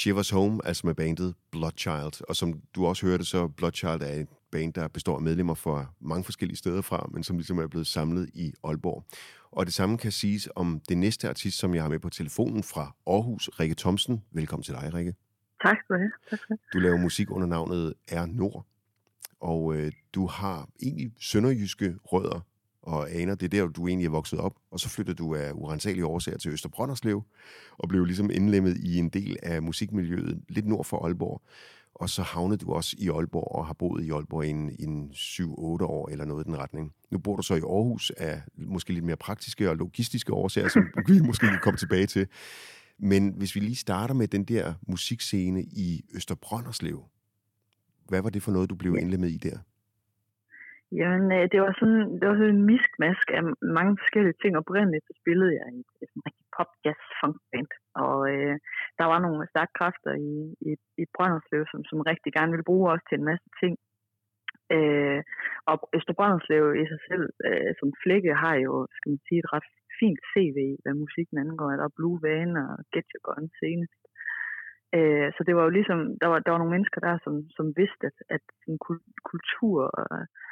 Shivers Home, altså med bandet Bloodchild. Og som du også hørte, så Bloodchild er et band, der består af medlemmer fra mange forskellige steder fra, men som ligesom er blevet samlet i Aalborg. Og det samme kan siges om det næste artist, som jeg har med på telefonen fra Aarhus, Rikke Thomsen. Velkommen til dig, Rikke. Tak skal du have. Tak skal du have. Du laver musik under navnet R Nord, og du har egentlig sønderjyske rødder, og aner, det er der, du egentlig er vokset op, og så flyttede du af urensagelige årsager til Øster Brønderslev, og blev ligesom indlemmet i en del af musikmiljøet lidt nord for Aalborg. Og så havnede du også i Aalborg, og har boet i Aalborg i en 7-8 år, eller noget i den retning. Nu bor du så i Aarhus af måske lidt mere praktiske og logistiske årsager, som vi måske kan komme tilbage til. Men hvis vi lige starter med den der musikscene i Øster Brønderslev, hvad var det for noget, du blev indlemmet i der? Jamen, det var sådan en miskmask af mange forskellige ting. Oprindeligt så spillede jeg i en rigtig pop, jazz, funk band. Og der var nogle stærke kræfter i Brønderslev, som rigtig gerne ville bruge os til en masse ting. Og Øster Brønderslev i sig selv, som flække, har jo, skal man sige, et ret fint CV, hvad musikken angår. Der er Blue Van og Get Your Gun senest. Så det var jo ligesom, der var nogle mennesker der, som vidste, at sådan kultur og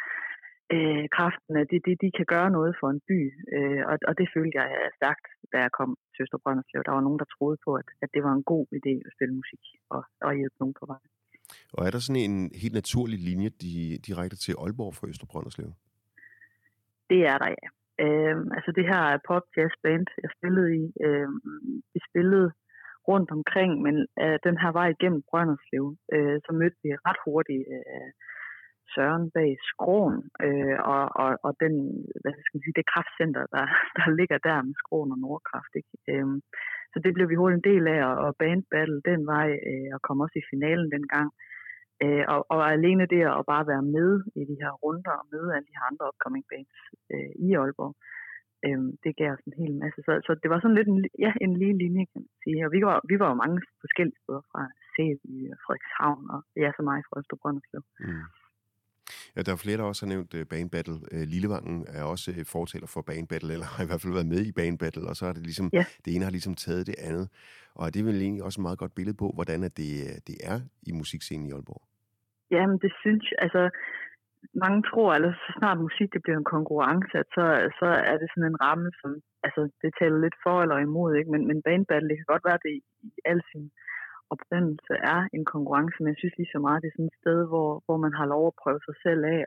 kræftene, de kan gøre noget for en by, og det følte jeg stærkt, da jeg kom til Øster Brønderslev. Der var nogen, der troede på, at det var en god idé at spille musik og hjælpe nogen på vej. Og er der sådan en helt naturlig linje direkte til Aalborg fra Øster Brønderslev? Det er der, ja. Altså det her pop jazz band, jeg spillede i, vi spillede rundt omkring, men den her vej igennem Brønderslev, så mødte vi ret hurtigt Søren bag Skråen, og den, hvad skal man sige, det kraftcenter, der ligger der med Skråen og Nordkraft. Ikke? Så det blev vi hurtigt en del af, og band battle den vej, og kom også i finalen dengang. Og alene det at bare være med i de her runder, og møde alle de her andre upcoming bands i Aalborg, det gav os en hel masse. Så det var sådan lidt en lige linje, kan man sige. Og vi var jo mange forskellige steder fra Sæby og Frederikshavn, og jeg så mig fra Øster Brønderslev. Mm. Ja, der er flere, der også har nævnt Band Battle. Lillevangen er også fortaler for Band Battle, eller har i hvert fald været med i Band Battle, og så er det ligesom, det ene har ligesom taget det andet. Og det er vel egentlig også et meget godt billede på, hvordan det er i musikscenen i Aalborg. Jamen, det synes jeg, altså mange tror, at så snart musik det bliver en konkurrence, at så er det sådan en ramme, som, altså det taler lidt for eller imod, ikke? Men Band Battle, det kan godt være, det i al sin oprindelse er en konkurrence, men jeg synes lige så meget, det er sådan et sted, hvor man har lov at prøve sig selv af,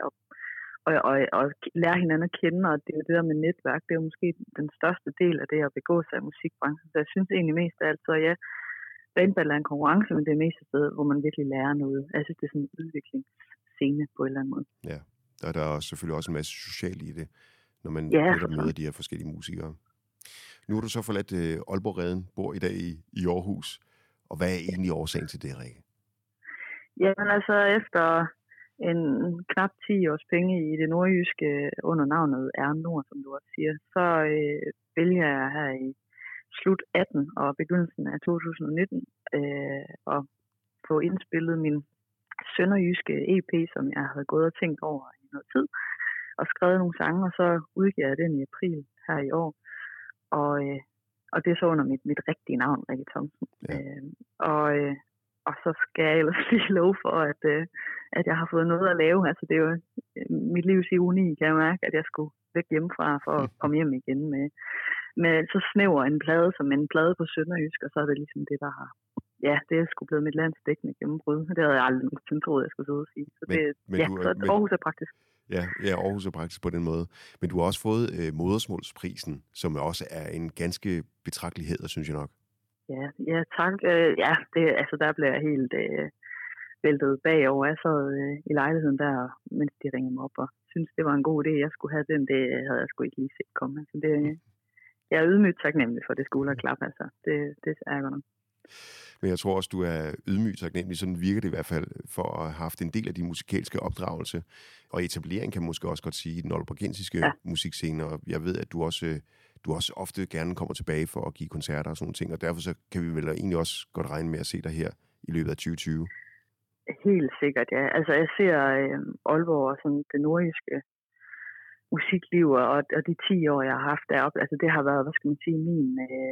og lære hinanden at kende, og det er jo det der med netværk, det er jo måske den største del af det at begå sig i musikbranchen. Så jeg synes egentlig mest af alt, så ja, Band Battle er en konkurrence, men det er mest et sted, hvor man virkelig lærer noget. Jeg synes, det er sådan en udviklingsscene på en eller anden måde. Ja, og der er selvfølgelig også en masse socialt i det, når man møder de her forskellige musikere. Nu har du så forladt Aalborg-reden, bor i dag i Aarhus. Og hvad er egentlig årsagen til det, Rikke? Jamen altså, efter en knap 10 års penge i det nordjyske under navnet R Nord, som du også siger, så vælger jeg her i slut 18 og begyndelsen af 2019 at få indspillet min sønderjyske EP, som jeg havde gået og tænkt over i noget tid, og skrevet nogle sange, og så udgiver jeg den i april her i år. Og det er så under mit rigtige navn, Rikke Thomsen. Ja. Og så skal jeg ellers lige love for, at jeg har fået noget at lave. Altså det er jo mit livs ironi, kan jeg mærke, at jeg skulle væk hjemmefra for at komme hjem igen med så snæver en plade som en plade på sønderjysk, og så er det ligesom det, der har... Ja, det er sgu blevet mit landsdækkende gennembrud. Det havde jeg aldrig nogensinde troet, jeg skulle sidde og sige. Så Aarhus er praktisk. Ja, Aarhus er praktisk på den måde. Men du har også fået Modersmålsprisen, som også er en ganske betragtelig hæder, synes jeg nok. Ja, tak. Der blev jeg helt væltet bagover. Jeg sad i lejligheden der, mens de ringede mig op, og synes det var en god idé, jeg skulle have den. Det havde jeg sgu ikke lige set komme. Altså, jeg er ydmygt taknemmelig for det skulderklap. Altså. Det er jeg godt nok. Men jeg tror også, du er ydmygt taknemmelig, sådan virker det i hvert fald, for at have haft en del af de musikalske opdragelse. Og etablering kan man måske også godt sige i den aalborgensiske musikscene, og jeg ved, at du også ofte gerne kommer tilbage for at give koncerter og sådan ting, og derfor så kan vi vel egentlig også godt regne med at se dig her i løbet af 2020. Helt sikkert, ja. Altså jeg ser Aalborg og sådan det nordjyske musikliv, og de 10 år, jeg har haft deroppe, altså det har været, hvad skal man sige, min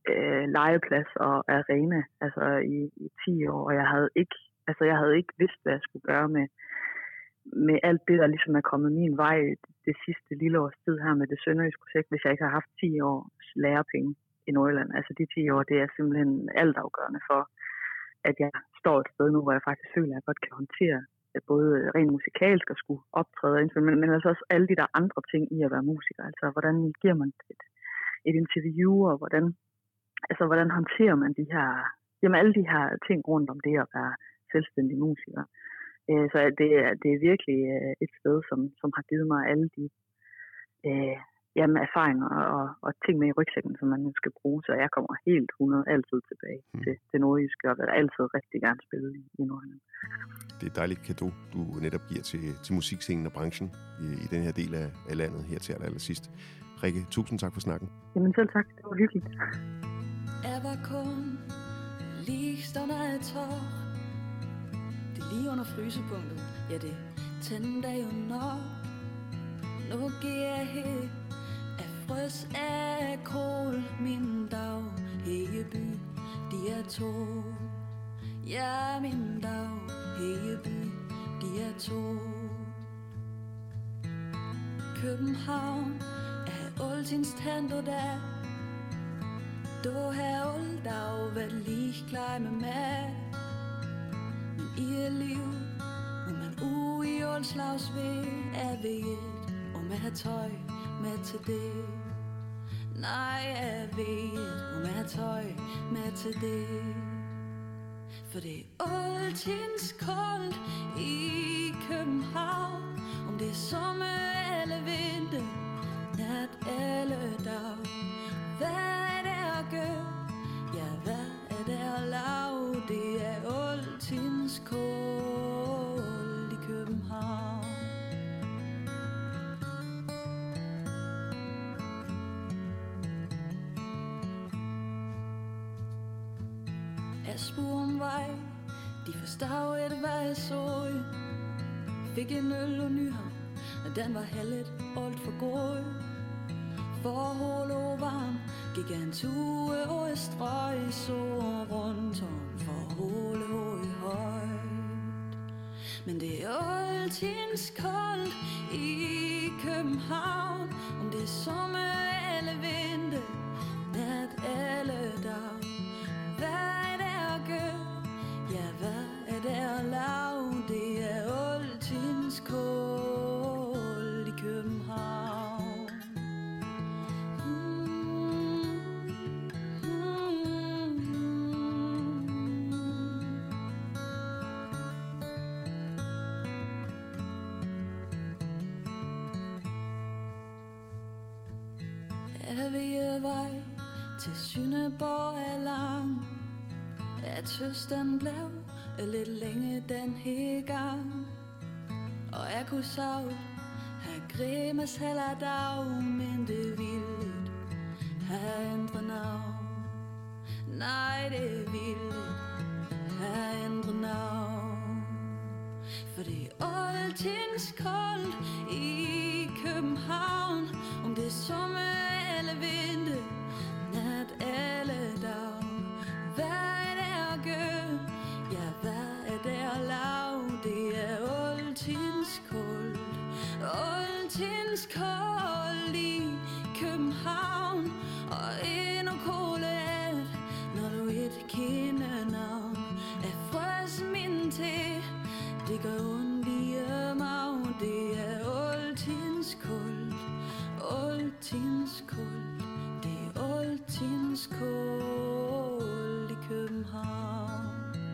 legeplads og arena altså i 10 år, og jeg havde ikke vidst, hvad jeg skulle gøre med alt det, der ligesom er kommet min vej det sidste lille års tid her med det sønderjyske projekt, hvis jeg ikke har haft 10 års lærepenge i Nordjylland. Altså de 10 år, det er simpelthen altafgørende for, at jeg står et sted nu, hvor jeg faktisk føler, at jeg godt kan håndtere både rent musikalsk at skulle optræde, men altså også alle de der andre ting i at være musiker. Altså hvordan giver man et interview, og hvordan håndterer man alle de her ting rundt om det at være selvstændig musiker. Så det er virkelig et sted, som har givet mig alle de erfaringer og ting med i rygsækken, som man nu skal bruge. Så jeg kommer helt 100 altid tilbage til det nordjyske, og vil altid rigtig gerne spille i Nordjylland. Det er et dejligt cadeau, du netop giver til musikscenen og branchen i den her del af landet her til allersidst. Rikke, tusind tak for snakken. Jamen selv tak, det var hyggeligt. Jeg var kun lige under et tår. Det er lige under frysepunktet. Ja, det tænder jo nok. Nu giver jeg helt af frøs af kål. Min dag, Hegeby, de er to. Ja, min dag, Hegeby, de er to. København er altins tænder der. Du har alt af været ligeglad med mig. Men i et liv, hvor man i alt slags ved, er ved og man har tøj med til det. Nej, jeg ved, og man har tøj med til det. For det er altins koldt i København. Om det er sommer eller vinter, nat eller dag. Hvad er det at gøre? Ja, hvad er det at lave? Det er altins koldt i København. Jeg spurgte om vej, de forstod ikke, hvad jeg så. Fik en øl og Nyhavn, og den var heldigt alt for god. For at holde over varm, gik jeg en tur og jeg strøg så rundt om for at holde over i højt. Men det er altins koldt i København, om det er sommer eller vinter, nat eller dag. Hvad er det at gøre? Ja, hvad er det at lave? Det er altins koldt i København. Jeg ved vej til Sønderborg er lang. At høsten blev lidt længe den her gang. Og jeg kunne savne have grimes heller dag. Men det vildt have ændret navn. Nej, det er vildt have ændret navn. For det er altins koldt i København. Om det er sommer eller vinter, nat eller dag. Hvad er det at gøre? Ja, hvad er det at lave? Det er altins koldt. Altins koldt i København. Og endnu koldere, når du ikke kender navn. Er frøs min til, det gør ondt i maven. Det er altins koldt. Altins koldt. Det er altins koldt i København.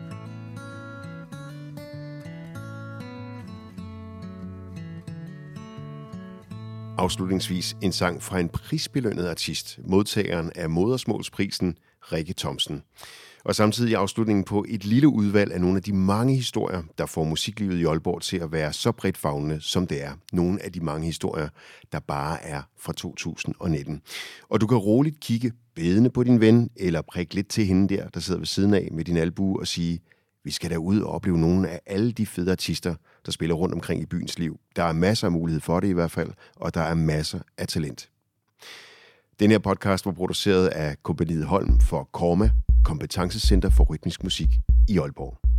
Afslutningsvis en sang fra en prisbelønnet artist, modtageren af Modersmålsprisen, Rikke Thomsen. Og samtidig afslutningen på et lille udvalg af nogle af de mange historier, der får musiklivet i Aalborg til at være så bredt favnende, som det er. Nogle af de mange historier, der bare er fra 2019. Og du kan roligt kigge bedende på din ven, eller prikke lidt til hende der sidder ved siden af med din albue og sige, vi skal derud og opleve nogle af alle de fede artister, der spiller rundt omkring i byens liv. Der er masser af mulighed for det i hvert fald, og der er masser af talent. Den her podcast var produceret af Kompagniet Holm for Korma, Kompetencecenter for Rytmisk Musik i Aalborg.